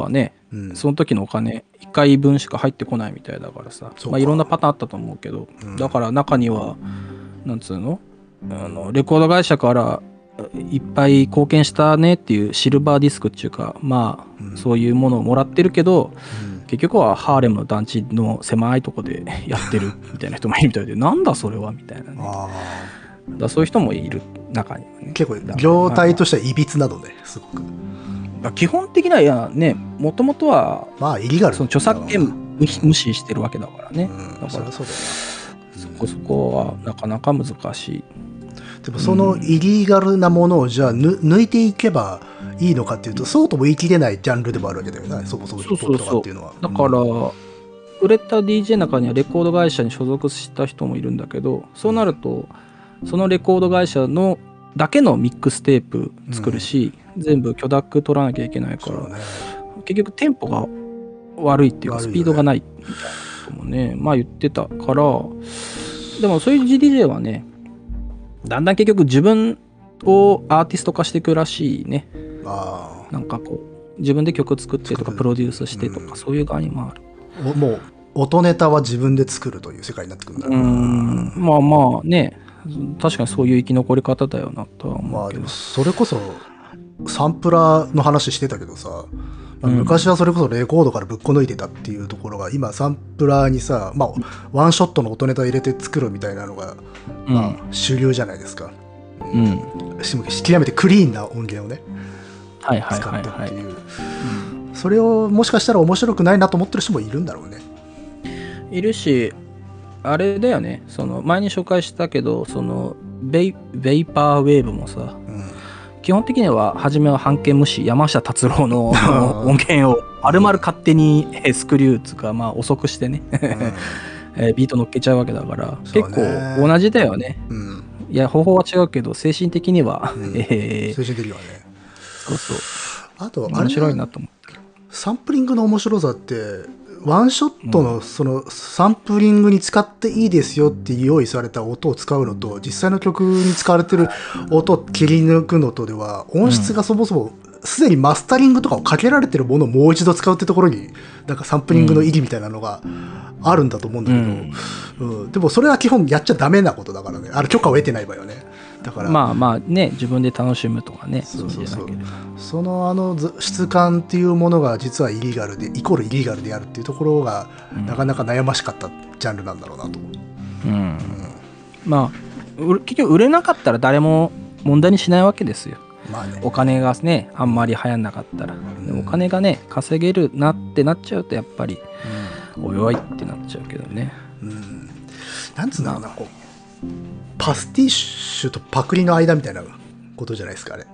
うんその時のお金1回分しか入ってこないみたいだからさ、 そうかまあ、いろんなパターンあったと思うけど、 うんだから中にはなんつうの、レコード会社からいっぱい貢献したねっていうシルバーディスクっていうか、まあ、 うんそういうものをもらってるけど、 うん結局はハーレムの団地の狭いとこでやってるみたいな人もいるみたいで、なんだそれはみたいなね。 あだからそういう人もいる中にはね。 結構業態としてはいびつなどねすごく基本的にはいやね、もともとはまあイリガルその著作権無視してるわけだからね。 うんだからそりゃそうだよそこそこはなかなか難しい。 でもそのイリーガルなものをじゃあ抜いていけばいいのかっていうとそうとも言い切れないジャンルでもあるわけだよねそもそもヒップホップとかっていうのは。 だから、売れた DJ の中にはレコード会社に所属した人もいるんだけど、そうなるとそのレコード会社のだけのミックステープ作るし、全部許諾取らなきゃいけないから、 そうね結局テンポが悪いっていうか悪いよねスピードがないみたいなこともね、まあ言ってたから、でもそういう DJ はね、だんだん結局自分をアーティスト化していくらしいね。 あなんかこう自分で曲作ってとかプロデュースしてとか、そういう側にもある。 もう音ネタは自分で作るという世界になってくるんだろうな。 まあまあね、確かにそういう生き残り方だよなとは思うけど。 まあでもそれこそサンプラーの話してたけどさ、まあ昔はそれこそレコードからぶっこ抜いてたっていうところが今サンプラーにさ、まあワンショットの音ネタ入れて作るみたいなのが、まあ主流じゃないですか。極めてクリーンな音源をねはいはい使ってはいはい。 っていう、それをもしかしたら面白くないなと思ってる人もいるんだろうね。 いるし、あれだよね、その前に紹介したけど、そのベイパーウェーブもさ、基本的には初めは半径無視、山下達郎の音源を丸々勝手にスクリューつか、まあ遅くしてね、ビート乗っけちゃうわけだから、結構同じだよね。いや方法は違うけど精神的には、 精神的にはね。 そうそう。 あとあれ面白いなと思ってる。 サンプリングの面白さってワンショットのそのサンプリングに使っていいですよって用意された音を使うのと実際の曲に使われてる音を切り抜くのとでは音質がそもそもすでにマスタリングとかをかけられてるものをもう一度使うってところになんかサンプリングの意義みたいなのがあるんだと思うんだけど、でもそれは基本やっちゃダメなことだからね、許可を得てない場合はね。だからまあまあね、自分で楽しむとかね、 そうそうそう、 いうんじゃなければその質感っていうものが実はイリーガルでイコールイリーガルであるっていうところが、なかなか悩ましかったジャンルなんだろうなと。 まあ結局売れなかったら誰も問題にしないわけですよ。 まあね、 お金がねあんまり流行んなかったら、でお金がね稼げるなってなっちゃうとやっぱり、おいおいってなっちゃうけどね。 なんつうんだろうな、こうパスティッシュとパクリの間みたいなことじゃないですかあれ。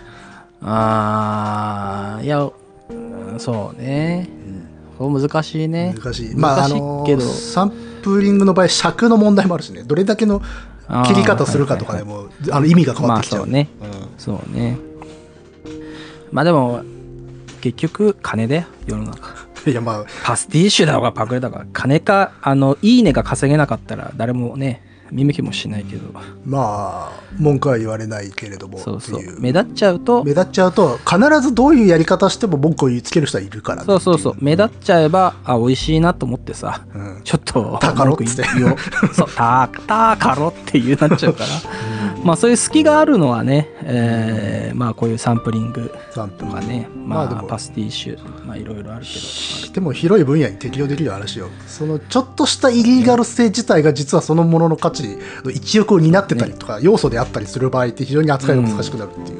いや、そうね、難しいね。 難しい。 難しいけど、 サンプリングの場合尺の問題もあるしね、どれだけの切り方するかとかでも意味が変わってきちゃう。 まあそうね、そうね。まあでも結局金だよ世の中。 いやまあパスティッシュだろうがパクリだから金か、いいねが稼げなかったら誰もね見向きもしないけど、 まあ文句は言われないけれども、 そうそう、 っていう目立っちゃうと必ずどういうやり方しても文句を言いつける人はいるからね。 そう目立っちゃえば美味しいなと思ってさ、ちょっとたかろっつって文句言おうそうたかろっていうなっちゃうから、まあそういう隙があるのはね、まあこういうサンプリングとかね、まあパスティッシュ、まあいろいろあるけど、 でも広い分野に適用できる話よ。そのちょっとしたイリーガル性自体が実はそのものの価値の一翼を担ってたりとか、要素であったりする場合って非常に扱いが難しくなるっていう、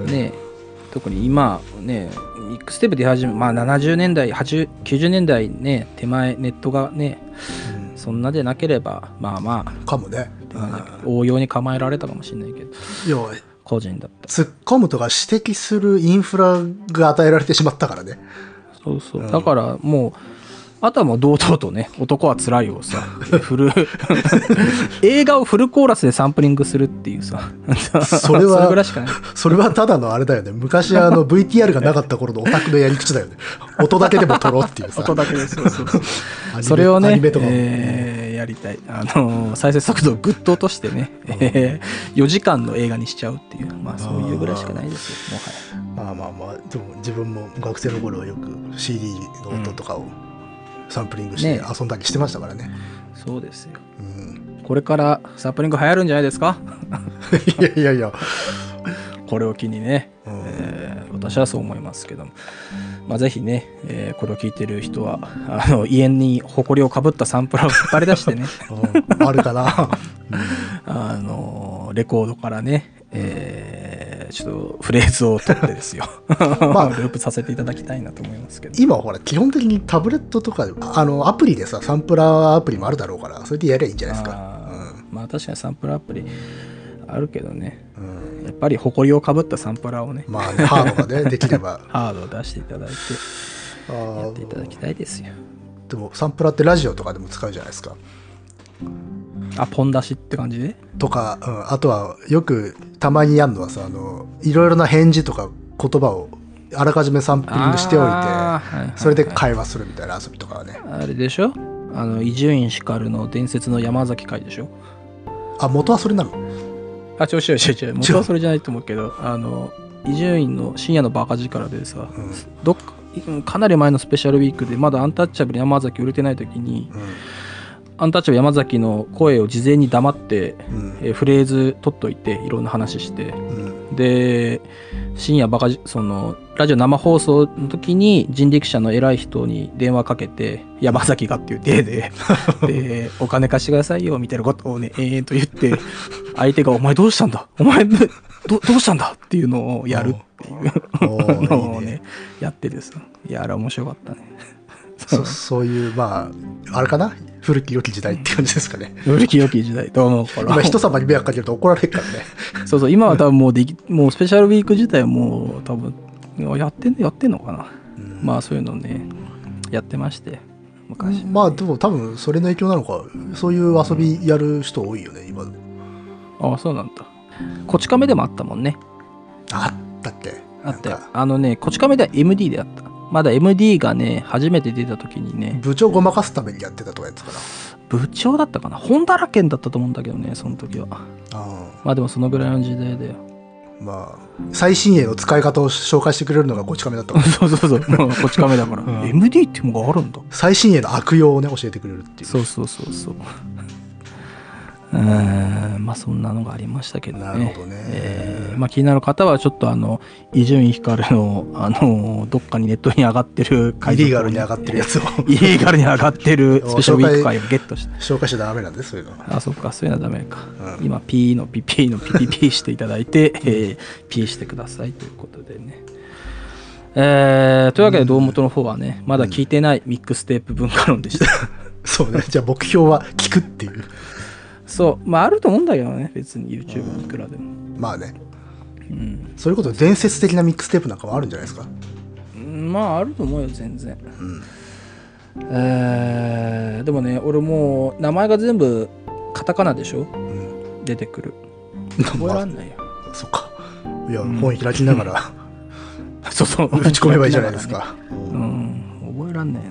ね、特に今ねミックステープ出始め、まあ70年代90年代ね手前ネットがね、そんなでなければまあまあかもね、 応用に構えられたかもしれないけど、個人だった突っ込むとか指摘するインフラが与えられてしまったからね。 そうだからもあとはもう堂々とね、男はつらいをさ、映画をフルコーラスでサンプリングするっていうさ、 それはそれぐらいしかない。 それはただのあれだよね。昔VTR がなかった頃のオタクのやり口だよね。音だけでも撮ろうっていうさ。 音だけで、そうそうそう。それをね、やりたい。再生速度をぐっと落としてね、4時間の映画にしちゃうっていう、まあそういうぐらいしかないですよ、もはや。 まあまあまあ、でも自分も学生の頃はよく CD の音とかをサンプリングして遊んだりしてましたからね。 そうですよ。これからサンプリング流行るんじゃないですか？ いやいやいや。 これを機にね、私はそう思いますけども、まあ、ぜひね、これを聞いてる人は家に埃をかぶったサンプラーを引っ張り出してねあるかなレコードからね、ちょっとフレーズを取ってですよ、まあ、ループさせていただきたいなと思いますけど、 今ほら基本的にタブレットとかでアプリでさ、サンプラーアプリもあるだろうから、それでやればいいんじゃないですか。 まあ確かにサンプラーアプリあるけどね、やっぱり埃をかぶったサンプラーをね、 まあね、ハードがねできればハードを出していただいてやっていただきたいですよ。 でもサンプラーってラジオとかでも使うじゃないですか。 ポン出しって感じでとか、あとはよくたまにやるのはさ、いろいろな返事とか言葉をあらかじめサンプリングしておいて、それで会話するみたいな遊びとかはね。あれでしょ、伊集院光の伝説の山崎会でしょ。 元はそれなの？ 違う元はそれじゃないと思うけど、伊集院の深夜のバカ力でさ、かなり前のスペシャルウィークでまだアンタッチャブル山崎売れてない時に、アンタッチャブル山崎の声を事前に黙って、フレーズ取っといていろんな話して、で深夜そのラジオ生放送の時に人力車の偉い人に電話かけて、山崎がっていう体ででお金貸してくださいよみたいなことをね延々と言って、相手がお前どうしたんだ、お前どうしたんだっていうのをやるっていうのをねやってです。いや、あれ面白かったね。 そういうまああれかな、古き良き時代って感じですかね。 古き良き時代と思うから、 今人様に迷惑かけると怒られるからね。 そう今は多分もうスペシャルウィーク自体はもう多分やってんのかな、まあそういうのねやってまして昔。 まあでも多分それの影響なのか、そういう遊びやる人多いよね今でも。 あ、そうなんだ。こち亀でもあったもんね。 あったっけ？ あったよ。こち亀では MD であった。まだ MD がね初めて出た時にね、 部長ごまかすためにやってたとかやつかな。 部長だったかな、本だらけんだったと思うんだけどね、その時は。まあでもそのぐらいの時代だよ。 まあ最新鋭の使い方を紹介してくれるのがこち亀だったそうもうこち亀だから、MD っていうのがあるんだ。 最新鋭の悪用をね教えてくれるっていう。 そうまあそんなのがありましたけどね。 なるほどね。 まあ気になる方はちょっと伊集院光のどっかにネットに上がってるイリーガルに上がってるやつをイリーガルに上がってるスペシャルウィーク会をゲットして紹介しちゃダメなんで、そういうの。 あ、そっか、そういうのはダメか。今 P の PP の PPP していただいて、P してくださいということでね。というわけで堂本の方はね、まだ聞いてないミックステープ文化論でした。 そうね。じゃあ目標は聞くっていう。 そう、まああると思うんだけどね、別に YouTube にいくらでも。 まあね。そういうことで伝説的なミックステープなんかもあるんじゃないですか。 まああると思うよ、全然。でもね、俺もう名前が全部カタカナでしょ、出てくる。覚えらんないよ。 そっか。いや、本開きながらそう打ち込めばいいじゃないですか。 覚えらんない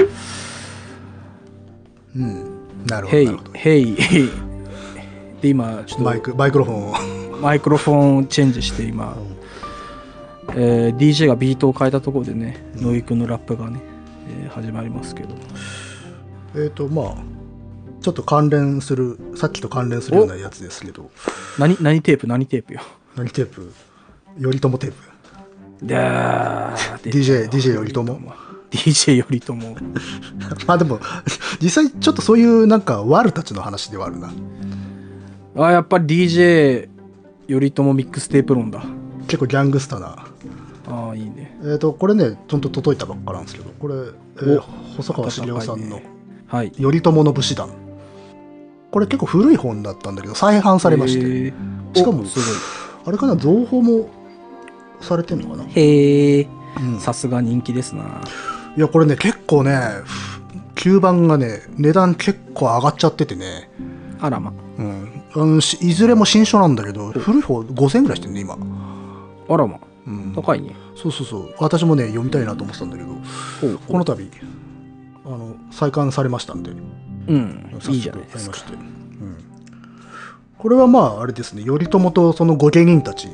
な。 なるほど。 ヘイで今ちょっとマイクロフォンをマイクロフォンをチェンジして今、DJ がビートを変えたところでね、野木くんのラップがね、始まりますけど、 まあちょっと関連する、さっきと関連するようなやつですけど、 何テープよ。 何テープ？頼朝テープ。DJ 頼朝。 DJ 頼朝。 まあでも実際ちょっとそういうなんかワルたちの話ではあるな。 やっぱり DJ 頼朝ミックステープ論だ。 結構ギャングスターな。 いいね。 これねちょっと届いたばっかなんですけど、これ、細川茂雄さんの頼朝の武士団。これ結構古い本だったんだけど再販されまして、しかもすごいあれかな、増補もされてんのかな。 さすが人気ですな。 いやこれね結構ね吸盤がね値段結構上がっちゃっててね、 あらま。 いずれも新書なんだけど古い方5000円ぐらいしてんね今。 あらま。 うん、 高いね。 そうそうそう、私もね読みたいなと思ってたんだけど、この度再刊されましたんで、 うん、いいじゃないですか。 これはまああれですね、頼朝とその御家人たち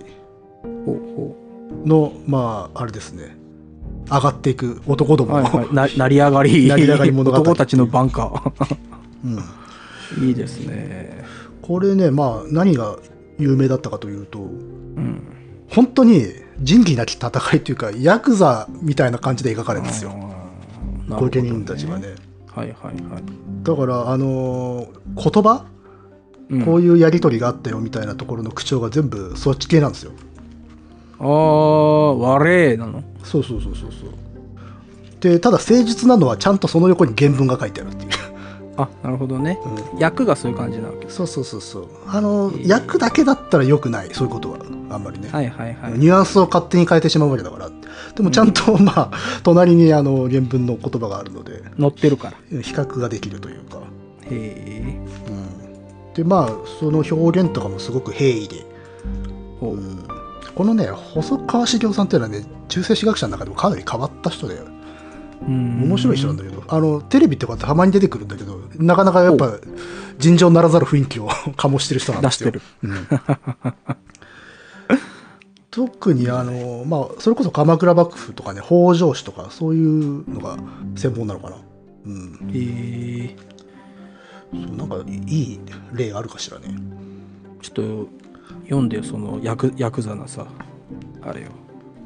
のまああれですね、上がっていく男どもの、 成り上がり物語男たちの番歌いいですね。 これね、まあ何が有名だったかというと、本当に仁義なき戦いというかヤクザみたいな感じで描かれるんですよ、御家人たちはね。 はいはいはい。 だから言葉、こういうやり取りがあったよみたいなところの口調が全部そっち系なんですよ。 和礼なの？ そうで、ただ誠実なのはちゃんとその横に原文が書いてあるっていう。 あ、なるほどね、役がそういう感じなわけ。 そう役だけだったらよくない、そういうことはあんまりね、ニュアンスを勝手に変えてしまうわけだから。でもちゃんと、まあ隣に原文の言葉があるので載ってるから比較ができるというか。 へえ。 でまあその表現とかもすごく平易で、このね細川茂雄さんっていうのはね、中世史学者の中でもかなり変わった人で、面白い人なんだけど、テレビとかたまに出てくるんだけど、なかなかやっぱ尋常ならざる雰囲気を醸してる人なんですよ。出してる、特にまあそれこそ鎌倉幕府とかね、北条氏とかそういうのが専門なのかな。へえ。そう、なんかいい例あるかしらね。 ちょっと読んでよ、そのヤクザなさあれよ。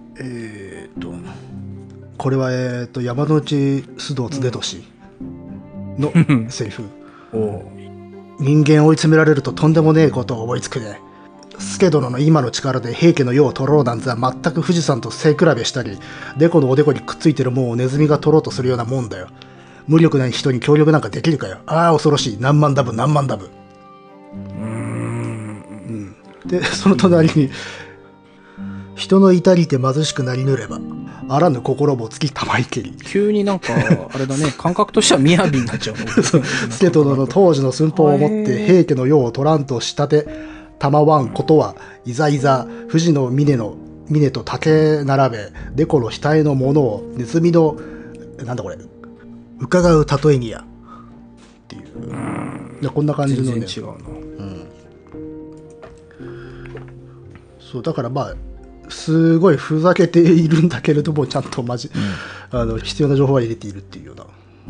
これは山内須藤常俊のセリフ。人間追い詰められるととんでもねえことを思いつくね。助殿の今の力で平家の世を取ろうなんざ全く富士山と背比べしたり、デコのおでこにくっついてるもんをネズミが取ろうとするようなもんだよ。無力な人に協力なんかできるかよ。ああ恐ろしい、何万ダブ。でその隣に人の至りて貧しくなりぬればあらぬ心もつきたまいけり。 急になんかあれだね感覚としては雅になっちゃう助殿の当時の寸法をもって平家の世を取らんとしたてたまわんことはいざいざ富士の峰と竹並べでこの額のものをネズミのなんだこれ伺う例えにやっていう、こんな感じのね。全然違うな。そうだからまあすごいふざけているんだけれどもちゃんと必要な情報は入れているっていうような。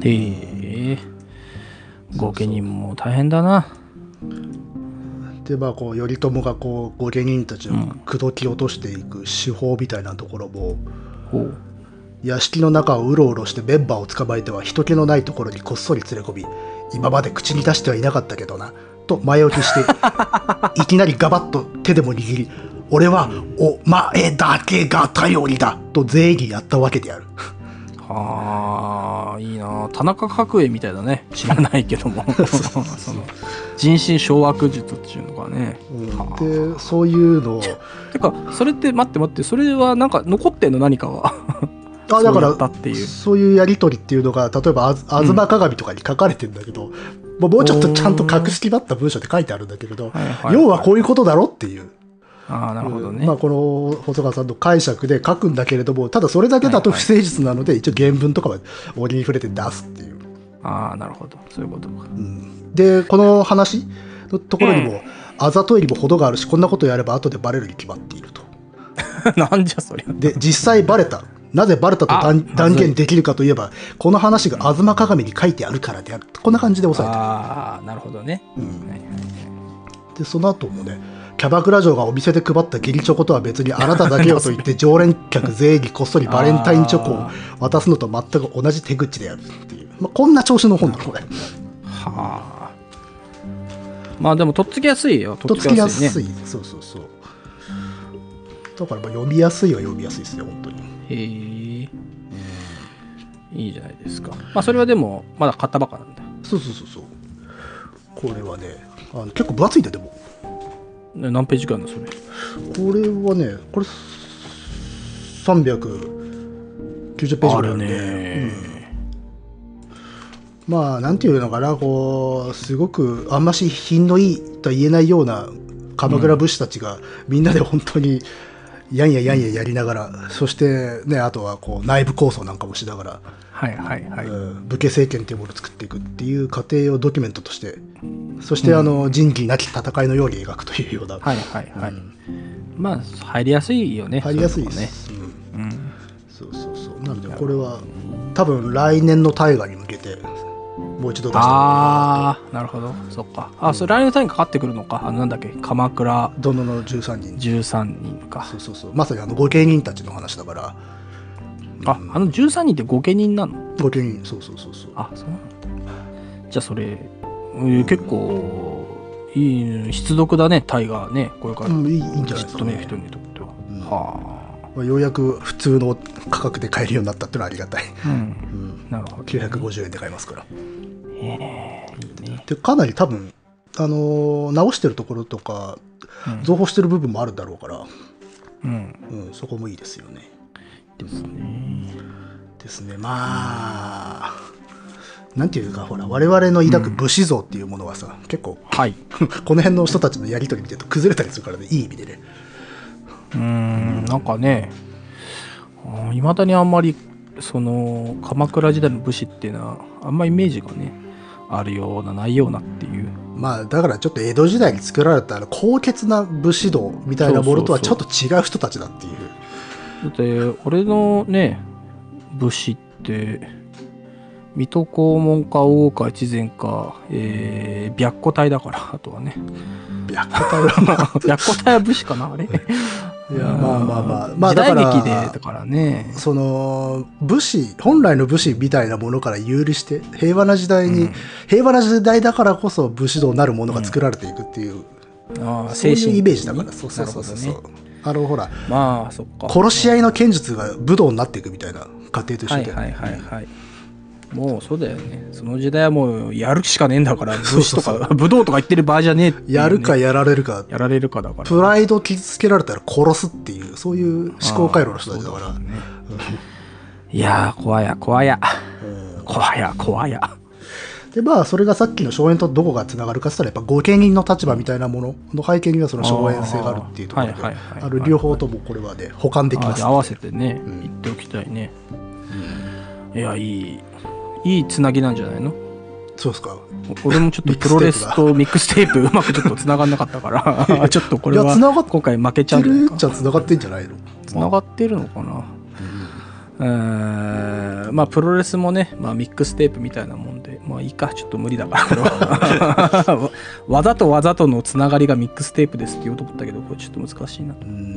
御家人も大変だな。 でまあこう頼朝がこう御家人たちを口説き落としていく手法みたいなところも、屋敷の中をうろうろしてメンバーを捕まえては人気のないところにこっそり連れ込み、今まで口に出してはいなかったけどなと前置きしていきなりガバッと手でも握り、俺はお前だけが頼りだと全員にやったわけである。 はあ、いいな。田中角栄みたいだね。知らないけどもその人心掌握術っていうのがね、 でそういうのてかそれって待ってそれはなんか残ってんの何かはだからそういうやり取りっていうのが例えば吾妻鏡とかに書かれてるんだけど、もうちょっとちゃんと格式ばった文章で書いてあるんだけれど、要はこういうことだろっていう。 なるほどね。 この細川さんの解釈で書くんだけれども、ただそれだけだと不誠実なので、一応原文とかは折に触れて出すっていう。 なるほど、そういうことか。 でこの話のところにも、あざといにも程があるし、こんなことやれば後でバレるに決まっていると。 なんじゃそりゃ。 で実際バレた。なぜバレたと断言できるかといえば、この話が吾妻鏡に書いてあるからである。こんな感じで抑えてる。 なるほどね。 でその後もね、キャバクラ嬢がお店で配った義理チョコとは別にあなただけよと言って常連客全員にこっそりバレンタインチョコを渡すのと全く同じ手口であるっていう、こんな調子の本なのこれ。 まあでもとっつきやすいよ。 とっつきやすい。そうだから読みやすいは読みやすいですね本当に。 いいじゃないですか。それはでもまだ買ったばかなんだ。 そうこれはね結構分厚いんだよ。でも何ページかあるのそれ。 これはね390ページぐらいあるんで、 まあなんていうのかな、こうすごくあんまし品のいいとは言えないような鎌倉武士たちがみんなで本当にやんややんややりながら、そしてね、あとはこう内部構想なんかもしながら、 はいはいはい。 武家政権というものを作っていくっていう過程をドキュメントとして、そして仁義なき戦いのように描くというような、 はいはいはい。まあ入りやすいよね。 入りやすいでそううのす。 ね。うん。 そうそうそう。なのでこれは多分来年の大河に向けてもう一度出したああ、なるほど。そっか。あ、それ来年の単位かかってくるのか。なんだっけ、鎌倉殿の13人。 13人か。 そうそうそう。まさに御家人たちの話だから。 あ、13人って御家人なの？ 御家人、そうそうそうそう。 あ、そうなんだ。じゃあそれ、結構いい必読だね、大河ね。これから。 いいんじゃないですかね。 人にとっては。はあ。ようやく普通の価格で買えるようになったっていうのはありがたい。 なるほど。 950円で買えますから。 いいね。 で、かなり多分、直してるところとか、増補してる部分もあるだろうから、そこもいいですよね。ですね。まあ、なんていうか、ほら、我々の抱く武士像っていうものはさ、結構、 はい、 この辺の人たちのやり取り見てると崩れたりするからね、いい意味でね。 なんかね、いまだにあんまりその鎌倉時代の武士っていうのはあんまイメージがねあるようなないようなっていう。 まあだからちょっと江戸時代に作られた高潔な武士道みたいなものとはちょっと違う人たちだっていう。 だって俺のね武士って水戸黄門か大岡越前か、白虎隊だから。あとはね白虎隊は白虎隊は武士かなあれ。 いやまあまあまあまあ時代劇でだからね、 その武士本来の武士みたいなものから有利して平和な時代に、平和な時代だからこそ武士道なるものが作られていくっていう、そういうイメージだから。そうそうそうそう、ほら、 まあそっか、 殺し合いの剣術が武道になっていくみたいな過程と一緒で、 はいはいはいはい、もうそうだよね。その時代はもうやるしかねえんだから、武士とか武道とか言ってる場合じゃねえっていう、ね、 やるかやられるかだから。 プライド傷つけられたら殺すっていう、そういう思考回路の人たちだから。 いやー怖や。 でまあそれがさっきの荘園とどこがつながるかって言ったらやっぱ御家人の立場みたいなものの背景にはその荘園性があるっていうところで、両方ともこれはね補完できます、 合わせてね、言っておきたいね。いやいいつなぎなんじゃないの？ そうですか。 俺もちょっとプロレスとミックステープうまくちょっと繋がんなかったからちょっとこれは今回負けちゃうんじゃないか。 繋がってんじゃないの？ 繋がってるのかな。まあプロレスもね、まあ、ミックステープみたいなもんで、まあいいか、ちょっと無理だからこれはわざとのつながりがミックステープですって言おうと思ったけど、これちょっと難しいな。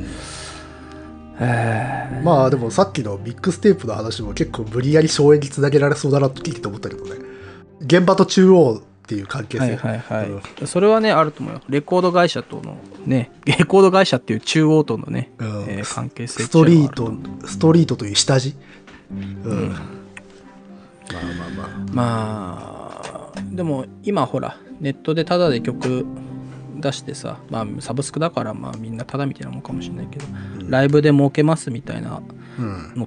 まあでもさっきのミックステープの話も結構無理やり荘園につなげられそうだなと聞いて思ったけどね。現場と中央っていう関係性、 それはねあると思うよ。レコード会社とのね、レコード会社っていう中央とのね、関係性、 ストリートという下地、 まあでも今ほらネットでタダで曲出してさ、まあサブスクだからまあみんなタダみたいなもんかもしれないけど、ライブで儲けますみたいなのって、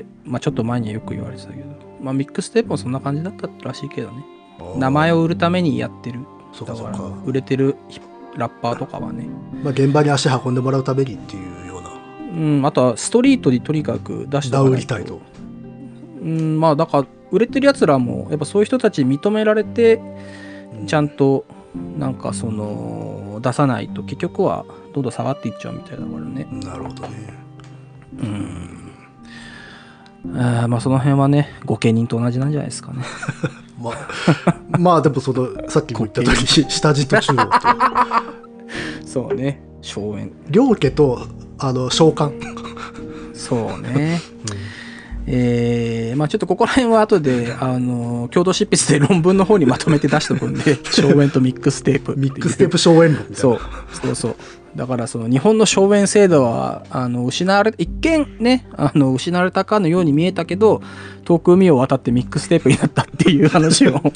まあちょっと前によく言われてたけど、まあミックステープもそんな感じだったらしいけどね。名前を売るためにやってる。だから売れてるラッパーとかはね、 まあ現場に足運んでもらうためにっていうような、 あとはストリートにとにかく出してもらいたいと。まあだから売れてるやつらもやっぱそういう人たちに認められて、ちゃんとなんかその出さないと結局はどんどん下がっていっちゃうみたいだからね。 なるほどね。 まあその辺はね御家人と同じなんじゃないですかね。 まあでもそのさっきも言った通り下地と中央とそうね、荘園両家と召喚そうね、まあちょっとここら辺は後で共同執筆で論文の方にまとめて出しておくんで荘園とミックステープミックステープ荘園論みたいな。 そうだからその日本の荘園制度は一見ね失われたかのように見えたけど、遠く海を渡ってミックステープになったっていう話を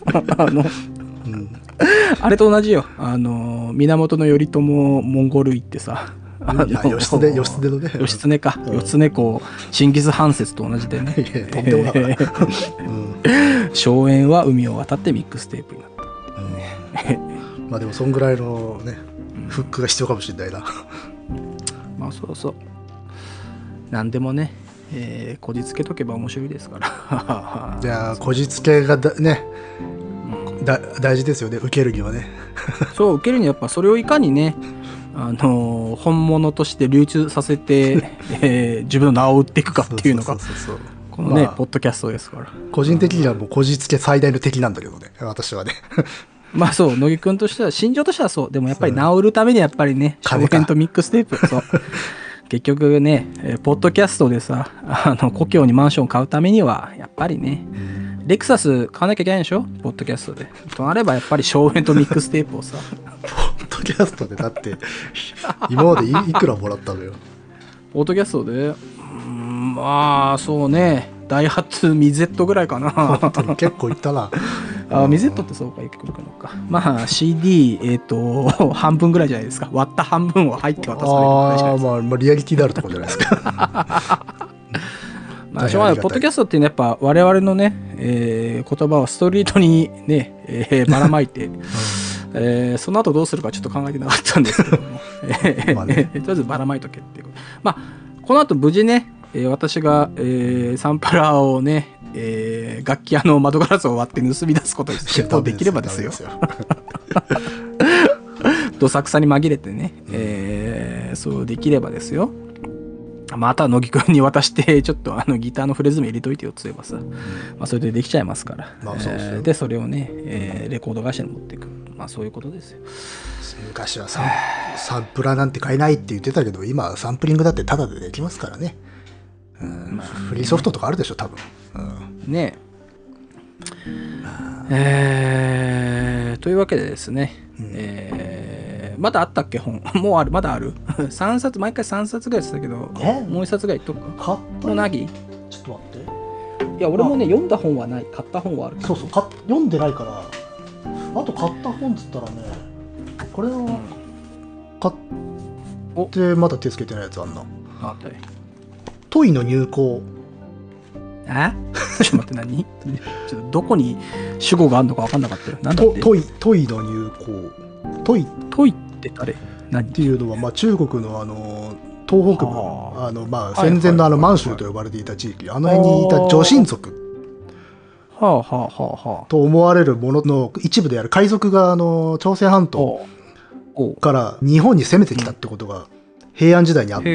あれと同じよ。源頼朝モンゴル行ってさ、 義経のね、 義経か、義経公チンギス・ハン説と同じでね。 とんでもなかった荘園は海を渡ってミックステープになった、 まあでもそんぐらいのねフックが必要かもしれないな。 まあそうそう、何でもね、こじつけとけば面白いですからじゃあこじつけがね、大事ですよね、受けるにはね。 そう、受けるにはやっぱそれをいかにね、本物として流通させて、自分の名を売っていくかっていうのがこのね、ポッドキャストですから。 個人的にはもうこじつけ最大の敵なんだけどね、私はね。 まあそう、乃木くんとしては、心情としてはそう。でもやっぱり治るためにはやっぱりね、証券とミックステープ。そう。結局ね、ポッドキャストでさ、故郷にマンション買うためには、やっぱりね、レクサス買わなきゃいけないでしょ、ポッドキャストで。となればやっぱり証券とミックステープをさ。 ポッドキャストでだって、今までいくらもらったのよ。 ポッドキャストで、まあそうね、ダイハツミゼットぐらいかな。 本当に結構いったな。 ミゼットってそうか、いくらかのか。まあ CD、半分ぐらいじゃないですか。割った半分を入って渡されるぐらいじゃないですか。 まあリアリティであるところじゃないですか。 まあ、しょうがない。ポッドキャストっていうのはやっぱ我々のね、言葉をストリートにね、ばらまいて、その後どうするかちょっと考えてなかったんですけども、とりあえずばらまいとけっていうこと。まあ、この後無事ね、私が、サンプラーをね、楽器屋の窓ガラスを割って盗み出すことができればですよ。どさくさに紛れてね、そうできればですよ。また乃木くんに渡してちょっとギターのフレーズも入れといてよって言えばさ、まあ、それでできちゃいますから、 まあそうですよ。 でそれをね、レコード会社に持っていく、まあそういうことですよ。 昔はサンプラーなんて買えないって言ってたけど、今サンプリングだってタダでできますからね。まあ、フリーソフトとかあるでしょ多分。 ねというわけでですね、まだあったっけ本もうある、まだある3冊、毎回3冊ぐらいしたけど、もう1冊ぐらい言っとくか。 買ったもう何？ ちょっと待って。 いや俺もね、読んだ本はない、買った本はあるけど。 そう読んでないから、あと買った本っつったらね、これは買ってまだ手つけてないやつあんな。 あったよ。 トイの入稿。 ちょっと待って、何？ちょっとどこに主語があるのか分かんなかったよ。なんだって？ トイの入稿。トイって誰？何？ っていうのは、まあ、中国の東北部、まあ、戦前の満州と呼ばれていた地域、あの辺にいた女真族と思われるものの一部である海賊が朝鮮半島から日本に攻めてきたってことが平安時代にあって、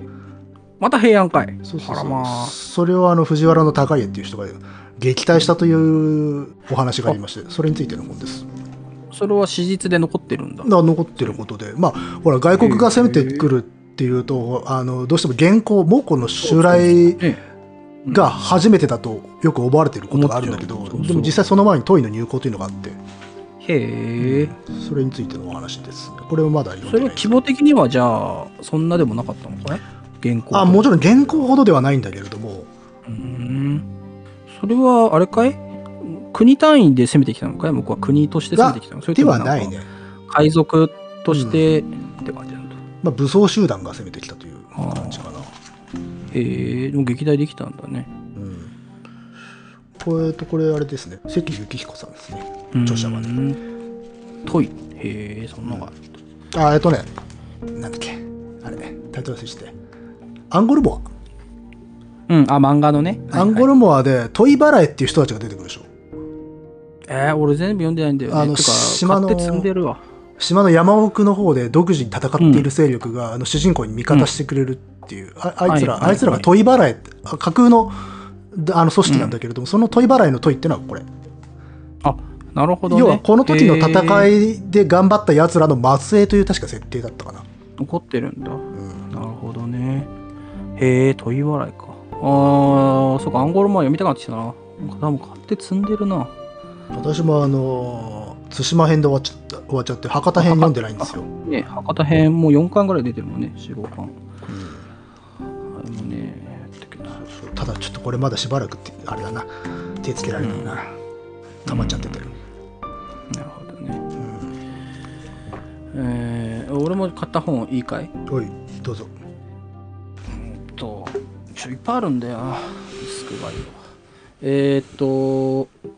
また平安かい。 それを藤原高家っていう人が撃退したというお話がありまして、それについての本です。 それは史実で残ってるんだ。 残ってることで、まあほら外国が攻めてくるっていうと、どうしても元寇蒙古の襲来が初めてだとよく思われていることがあるんだけど、でも実際その前にトイの入港というのがあって、それについてのお話です。これはまだ読んでない。 それは規模的にはじゃあそんなでもなかったのかね、元寇。 もちろん元寇ほどではないんだけれども、 それはあれかい、国単位で攻めてきたのかい、僕は国として攻めてきたの？それではないね。 海賊としてって感じなんだ。 まあ武装集団が攻めてきたという感じかな。 でも撃退できたんだね。 これあれですね、関幸彦さんですね、著者はね。 トイ、そんなのがある。なんだっけ、あれタイトル忘れしてアンゴルモア。 漫画のね、 アンゴルモアでトイバラエっていう人たちが出てくるでしょ。 俺全部読んでないんだよね。島の買って積んでるわ。 島の山奥の方で独自に戦っている勢力が、主人公に味方してくれるっていう、あいつらがトイバラエ、架空の組織なんだけれども、そのトイバラエのトイっていうのはこれ。 なるほどね。 要はこの時の戦いで頑張ったやつらの末裔という確か設定だったかな。 残ってるんだ。なるほどね。トイバラエか。そうか、アンゴルモア読みたくなってきたな。多分買って積んでるな。 私も対馬編で終わっちゃって博多編読んでないんですよ。 博多編もう4巻ぐらい出てるもんね、4、5巻。あれもね、 ただちょっとこれまだしばらくってあれだな、手つけられないな、溜まっちゃっててる。 なるほどね。俺も買った本いいかい？ おい、どうぞ。 いっぱいあるんだよ。ディスクがいいわ。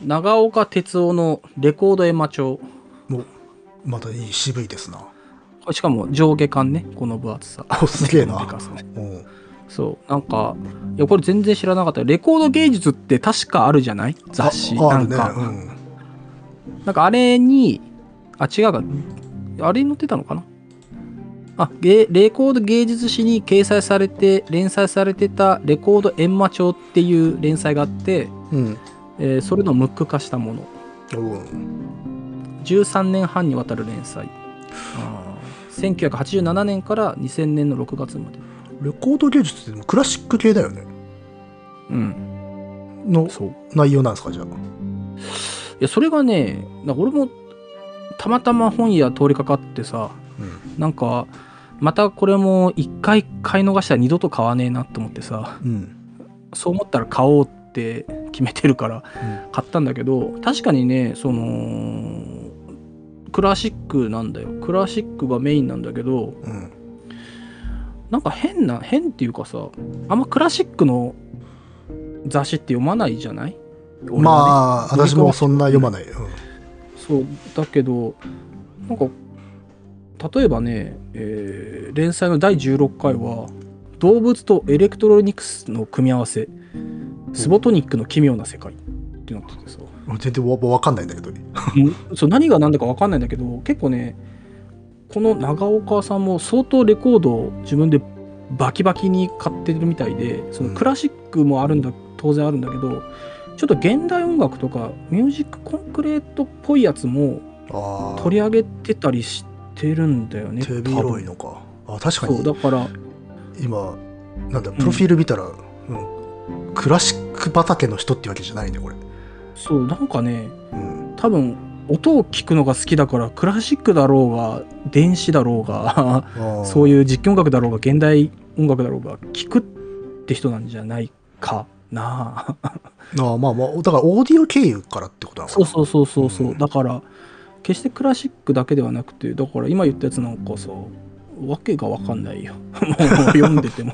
長岡哲夫のレコード閻魔帳。 もうまたいい渋いですな。 これしかも上下巻ね、この分厚さ。 すげえな。 このでかさね。そうなんかいやこれ全然知らなかった。レコード芸術って確かあるじゃない、雑誌。なんか、なんかあれに違うか、あれに載ってたのかな。レコード芸術誌に掲載されて連載されてたレコード閻魔帳っていう連載があって、それのムック化したもの。13年半にわたる連載。1987年から2000年の6月まで。 レコード芸術ってクラシック系だよね。の内容なんですか、じゃあ。いやそれがね、俺もたまたま本屋通りかかってさ、なんかまたこれも一回買い逃したら二度と買わねえなと思ってさ、そう思ったら買おうって決めてるから買ったんだけど、確かにね、そのクラシックなんだよ。クラシックがメインなんだけど、なんか変っていうかさ、あんまクラシックの雑誌って読まないじゃない？ まあ私もそんな読まない。 そうだけどなんか例えばね、連載の第16回は動物とエレクトロニクスの組み合わせ、スボトニックの奇妙な世界ってなっててさ、 全然わかんないんだけどそう何が何だかわかんないんだけど、結構ねこの長岡さんも相当レコードを自分でバキバキに買ってるみたいで、そのクラシックもあるんだ、当然あるんだけど、ちょっと現代音楽とかミュージックコンクレートっぽいやつも取り上げてたりしてるんだよね。 手広いのか。確かに。 そうだから今なんだプロフィール見たら、クラシック畑の人ってわけじゃないねこれ。 そうなんかね、多分音を聞くのが好きだからクラシックだろうが電子だろうがそういう実況音楽だろうが現代音楽だろうが聞くって人なんじゃないかな。 まあだからオーディオ経由からってことなのかな。 そう、だから決してクラシックだけではなくて、だから今言ったやつなんかさ、わけがわかんないよ。もう読んでても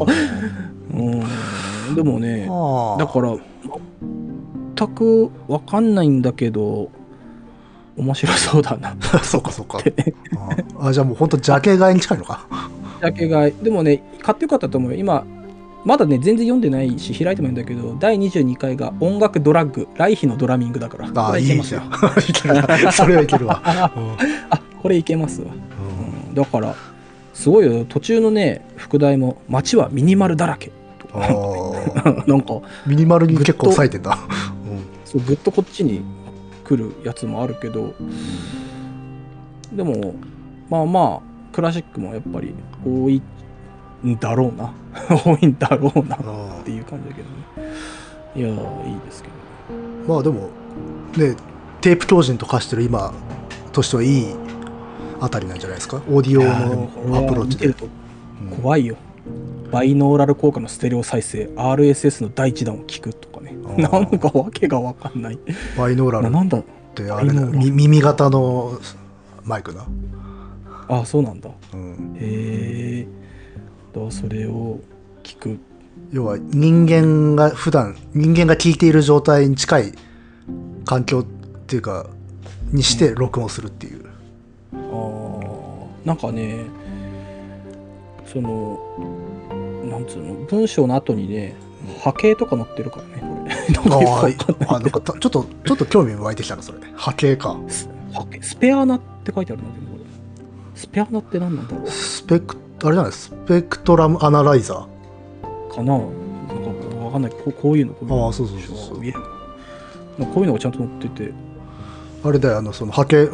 でもね、だから全くわかんないんだけど面白そうだな。 そうかじゃあもうほんとジャケ買いに近いのか。 ジャケ買いでもね、買ってよかったと思うよ。今まだね全然読んでないし開いてもいいんだけど、第22回が音楽ドラッグ来妃のドラミングだから、これいけますよ。 それはいけるわ。 これいけますわ。だからすごいよ。途中のね副題も街はミニマルだらけとかなんかミニマルに結構割いてた。 そうぐっとこっちに来るやつもあるけど、でもまあクラシックもやっぱり多いんだろうな多いんだろうなっていう感じだけどね。いやいいですけど、 まあでもね、テープ狂人と化してる今としてはいいあたりなんじゃないですか。オーディオのアプローチで。 見てると怖いよ。バイノーラル効果のステレオ再生 RSS の第1弾を聞くとかね、なんかわけがわかんない。 バイノーラルなんだってあれだ、耳型のマイクな。 そうなんだ。へえ。だからそれを聞く。 要は人間が聞いている状態に近い環境っていうかにして録音するっていう。 なんかね、そのなんつうの、文章の後にね波形とか載ってるからね、これ。 なんかちょっと興味湧いてきたなそれ。波形か。 スペアナって書いてあるんだけど、これスペアナって何なんだろう。 あれじゃない、スペクトラムアナライザーかな。なんかわかんない。こういうの。 そう。 こういうのがちゃんと載ってて。 あれだよ、その波形、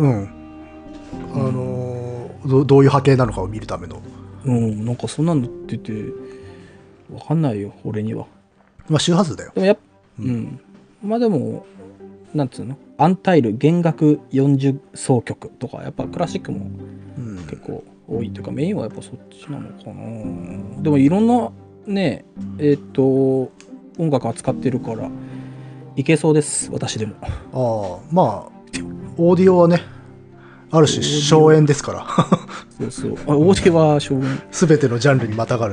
どういう波形なのかを見るための。 なんかそんなの載っててわかんないよ俺には。 まあ周波数だよ。 でもまあでもなんつうの、アンタイル弦楽40奏曲とかやっぱクラシックも結構多いというか、メインはやっぱそっちなのかな。でもいろんなね音楽扱ってるからいけそうです、私でも。 まあオーディオはねある種荘園ですからそうそう。オーディオは荘園。 全てのジャンルにまたがる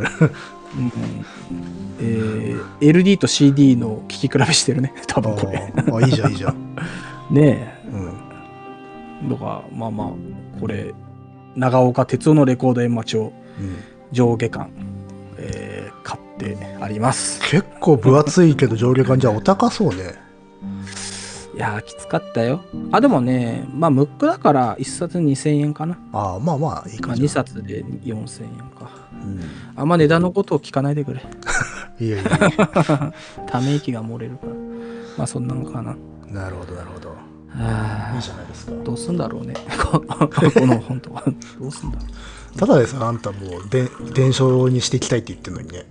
LD と CD の聴き比べしてるね多分これいいじゃんいいじゃんねえ、だからまあまあこれ長岡哲夫のレコード円待ちを上下巻、買ってあります。 結構分厚いけど上下巻じゃお高そうね。 いやーきつかったよ。あでもねまあムックだから1冊2000円かな。 あまあまあいいかな。 2冊で4000円か、あんま値段のことを聞かないでくれいやいやため息が漏れるからまあそんなのかな。 なるほどなるほど。 いいいじゃないですか。 どうすんだろうねこの本とはどうすんだろう。 ただでさあんたもう伝承にしていきたいって言ってるのにね。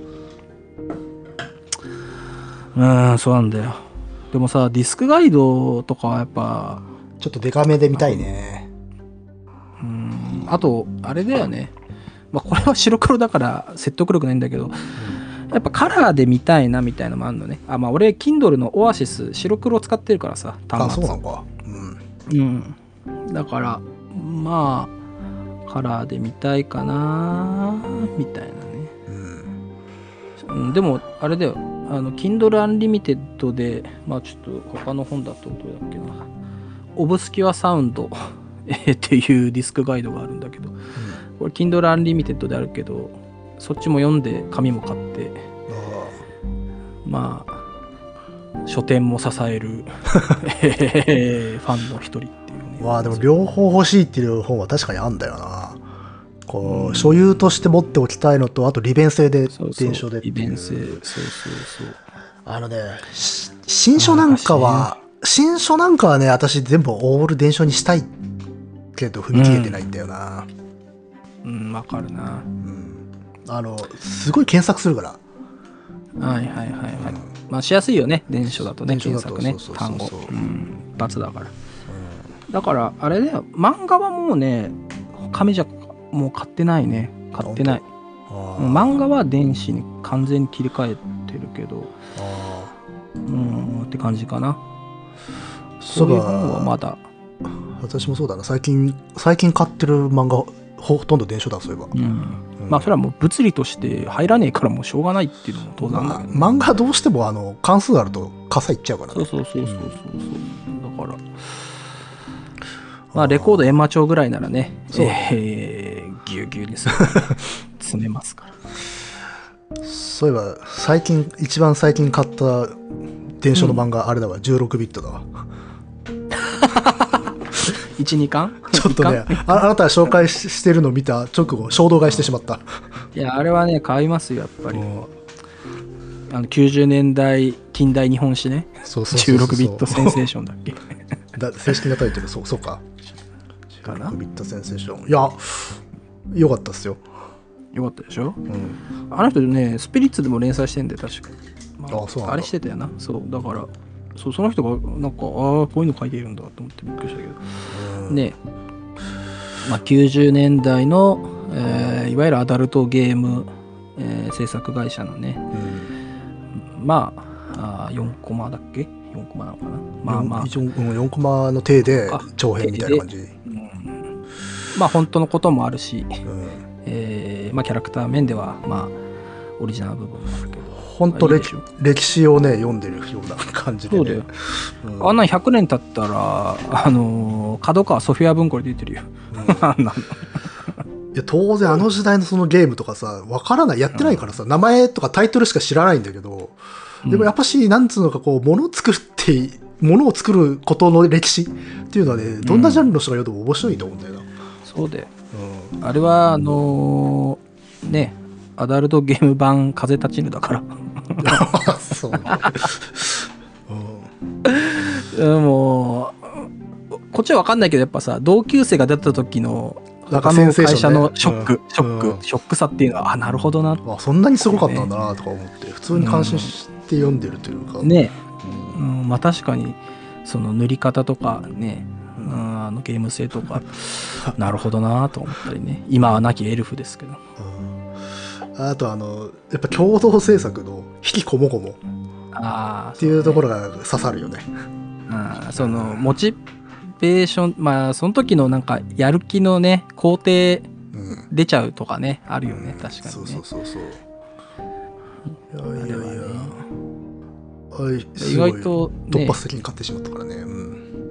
そうなんだよ。でもさディスクガイドとかはやっぱちょっとデカめで見たいね。 あとあれだよね、まあ、これは白黒だから説得力ないんだけど、やっぱカラーで見たいなみたいなのもあるのね。まあ俺 Kindle のオアシス白黒使ってるからさ端末。そうなのか。 だからまあカラーで見たいかなみたいなね。でもあれだよKindle Unlimited でまあちょっと他の本だとどれだっけな、オブスキュアサウンドっていうディスクガイドがあるんだけど、これ Kindle Unlimited であるけどそっちも読んで紙も買ってまあ書店も支えるファンの一人っていうね。 まあでも両方欲しいっていう本は確かにあんだよな。こう所有として持っておきたいのと、あと利便性で伝承でっていう。 利便性そう新書なんかはね私全部オール伝承にしたいけど踏み切れてないんだよな。 わかるな。 すごい検索するから。 まあしやすいよね伝承だとね。検索ねそう単語×だから、だからあれだよ漫画はもうね紙じゃもう買ってない。漫画は電子に完全に切り替えてるけどって感じかな。そういう本はまだ私もそうだな。最近買ってる漫画ほとんど電書だそういえば。 まあそれはもう物理として入らねえからもうしょうがないっていうのも当然だけど、 漫画どうしても関数あると傘いっちゃうからね。そうだからまあレコード閻魔帳ぐらいならねぎゅうぎゅうに詰めますから。 そういえば一番最近買った電書の漫画、あれだわ16ビットだわ 1,2巻ちょっとねあなたが紹介してるのを見た直後衝動買いしてしまった。 いやあれはね買いますよやっぱり。90年代近代日本史ね。16ビットセンセーションだっけ正式なタイトルそうかな。 16ビットセンセーション。いやよかったっすよ。 よかったでしょ。あの人ねスピリッツでも連載してんで確か、あれしてたよな。そうだからその人がなんかこういうの書いているんだと思ってびっくりしたけどね。90年代の、いわゆるアダルトゲーム、制作会社のね、4コマだっけ4コマなのかな。 4コマの体で長編みたいな感じ。 本当のこともあるし、キャラクター面ではオリジナル部分もあるけど本当歴史をね読んでるような感じで、ね、 そうだよ、あんな100年経ったら角川ソフィア文庫で出てるよ、 いや当然あの時代のそのゲームとかさ分からないやってないからさ、名前とかタイトルしか知らないんだけど、でもやっぱしなんつうのかこう物を作ることの歴史っていうのはねどんなジャンルの人が読んでも面白いと思うんだよな。 そうで、あれはねアダルトゲーム版風立ちぬだからそうもうこっちは分かんないけどやっぱさ同級生が出た時の他の会社のショックさっていうのはなるほどな、 そんなにすごかったんだなとか思って普通に感心して読んでるというかね、確かにその塗り方とかね、ゲーム性とかなるほどなと思ったりね。今は亡きエルフですけど、 あとやっぱ共同制作の引きこもごもっていうところが刺さるよね。 そのモチベーション、まあその時のなんかやる気のね工程うん出ちゃうとかね、あるよね、確かにね。 そうそうそうそう。いやいやいや、 意外と、ね、 突発的に買ってしまったからね、うん、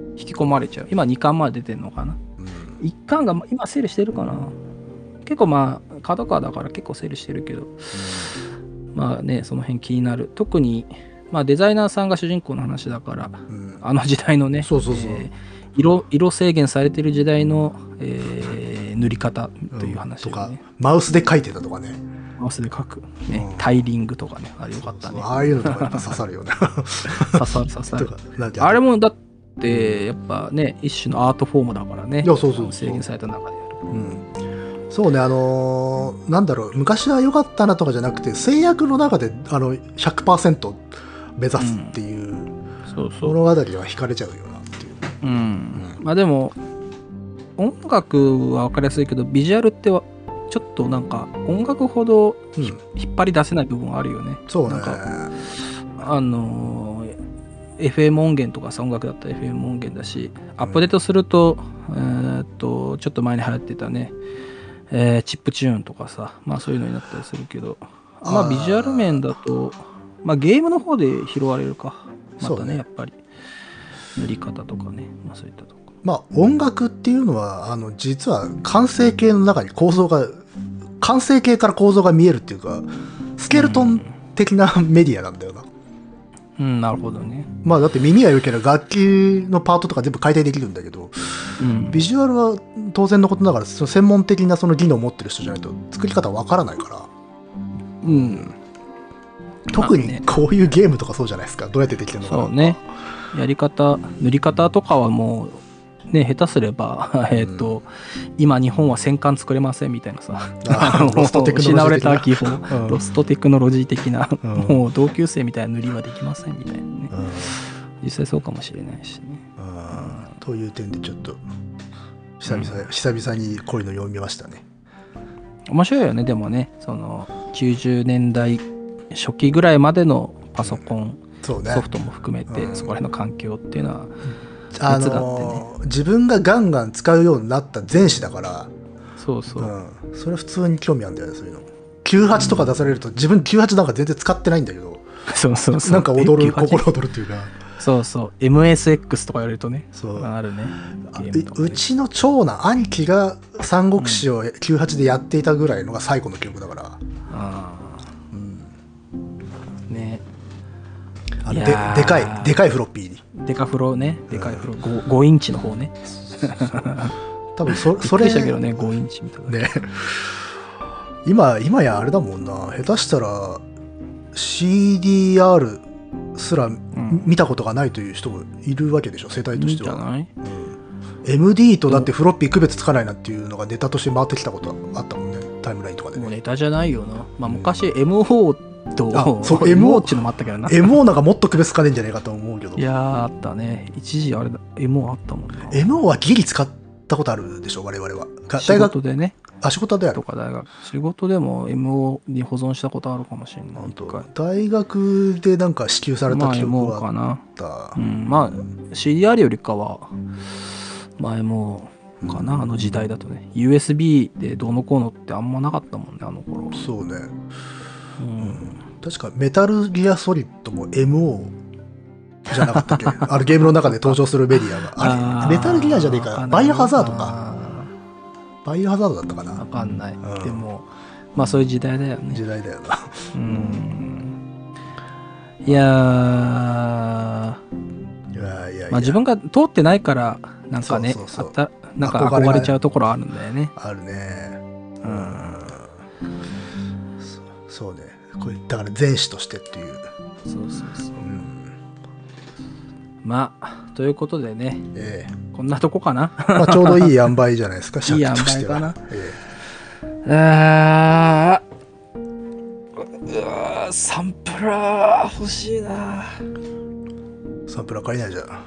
引き込まれちゃう。今2巻まで出てんのかな、 うん、 1巻が今セールしてるかな。結構まあ角川だから結構セールしてるけど、まあねその辺気になる。特にまあデザイナーさんが主人公の話だから、 うん、 あの時代のね、 そうそうそう、 色制限されてる時代の、塗り方という話、ね、 とかマウスで描いてたとかね、 マウスで描く、ね、タイリングとかね、あれよかったね。 ああいうのとかやっぱ刺さるよね刺さるあれもだってやっぱね一種のアートフォームだからね。 いやそうそうそう、 制限された中でやる、 うん、そうね、なんだろう、昔は良かったなとかじゃなくて制約の中で100% 目指すっていう物語は惹かれちゃうよなっていう、 うんうん、まあでも音楽は分かりやすいけどビジュアルってはちょっとなんか音楽ほど引っ張り出せない部分はあるよね、 そうね。 なんかFM 音源とかさ、音楽だったら FM 音源だし、アップデートすると、ちょっと前に流行ってたね、チップチューンとかさ、まあそういうのになったりするけど、まあビジュアル面だと、まあゲームの方で拾われるか、またね、やっぱり塗り方とかね、まあそういったとこ。 まあ音楽っていうのは実は完成形の中に完成形から構造が見えるっていうか、スケルトン的なメディアなんだよな。 うん、なるほどね。 まあだって耳が良ければ楽器のパートとか全部解体できるんだけど、うん、ビジュアルは当然のことながらその専門的なその技能を持ってる人じゃないと作り方わからないから、うん、特にこういうゲームとかそうじゃないですか、どうやってできてるのかな。 そうね、やり方、塗り方とかはもうね、下手すれば、今日本は戦艦作れませんみたいなさ、失われた技法、ロストテクノロジー的な、もう同級生みたいな塗りはできませんみたいなね、実際そうかもしれないしね。 という点でちょっと久々にこういうの読みましたね。 面白いよね。でもね、その90年代初期ぐらいまでのパソコン、ソフトも含めて、そこら辺の環境っていうのは、 自分がガンガン使うようになった前史だから、 そうそう、 それ普通に興味あるんだよね、そういうの。98とか出されると、自分98なんか全然使ってないんだけど、 そうなんか心躍るっていうか、 そうそう MSX とか言われるとね、 そうあるね。 うちの長男兄貴が三国志を98でやっていたぐらいのが最古の記憶だから、 ね、 でかいフロッピーにデカフロね、でかいフロ 5インチの方ね。 多分それでしたけどね、5インチみたいな、 ね、今やあれだもんな、下手したら CDR すら見たことがないという人もいるわけでしょ、世帯としては。 いいんじゃない？ MD とだってフロッピー区別つかないなっていうのがネタとして回ってきたことあったもんね、タイムラインとかでね。 もうネタじゃないよな。まあ昔 MO と MO っていうのもあったけどな。 MO なんかもっと区別つかねえんじゃないかと思うけど。 いやーあったね。一時あれだ MO あったもんね。 MO はギリ使ったことあるでしょ、我々は。 仕事でね。 仕事であるとか大学仕事でも MO に保存したことあるかもしれない。 大学でなんか支給された記憶はあった。 まあ CDR よりかはまあ MO かな、あの時代だとね。 USB でどうのこうのってあんまなかったもんね、あの頃。 そうね、確かメタルギアソリッドも MO じゃなかったっけゲームの中で登場するメディアがあれメタルギアじゃねえか、バイオハザードか、バイオハザードだったかな、 分かんない、でもまあそういう時代だよね。 時代だよな。 いやまあ自分が通ってないからなんかね、なんか憧れちゃうところあるんだよね。 あるね。そうね。これだから前史としてっていう。 そう。まあということでね、こんなとこかな。 まあちょうどいい塩梅じゃないですか。 いい塩梅かな。サンプラー欲しいな。 サンプラー借りないじゃん。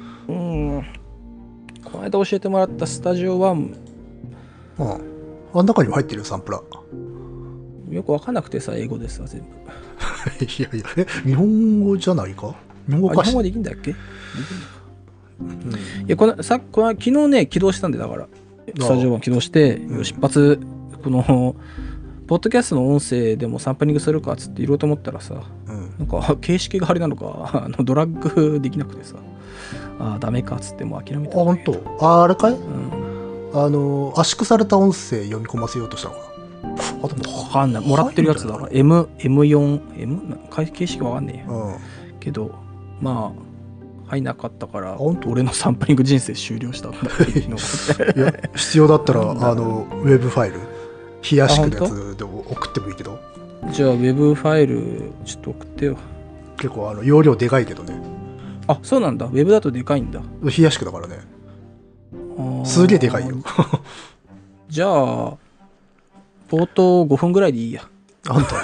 この間教えてもらったスタジオ1、 あん中にも入ってるよ、サンプラー。 よく分かんなくてさ、英語でさ、全部。 いや日本語じゃないか。日本語できんだっけ？ いやこの昨日ね起動したんで、だからスタジオ版起動して、よし一発このポッドキャストの音声でもサンプリングするかっつって言おうと思ったらさ、なんか形式があれなのかドラッグできなくてさ、ダメかっつってもう諦めた。 本当？あれかい？圧縮された音声読み込ませようとしたのかな。 でも分かんない、もらってるやつだから M4 形式わかんねえよ、けどまあ入んなかったから俺のサンプリング人生終了したんだっていうのがいや必要だったらウェブファイル冷やしくのやつでも送ってもいいけど。 じゃあウェブファイルちょっと送ってよ。 結構容量でかいけどね。 そうなんだ、ウェブだとでかいんだ。 冷やしくだからね、すげえでかいよじゃあ冒頭5分ぐらいでいいや。 あんた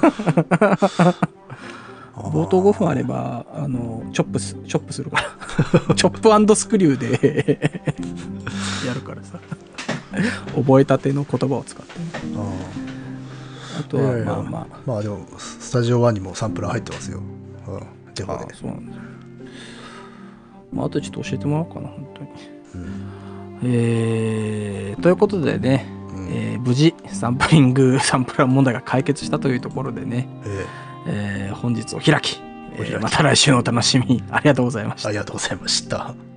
冒頭5分あればチョップするからチョップ&スクリューでやるからさ覚えたての言葉を使って、あとはまあでもスタジオ1にもサンプラー入ってますよ。でもね。 そうなんだ。あとちょっと教えてもらおうかな本当に。ということでね、無事サンプラー問題が解決したというところでね、本日お開き、また来週のお楽しみに。ありがとうございました。 ありがとうございました。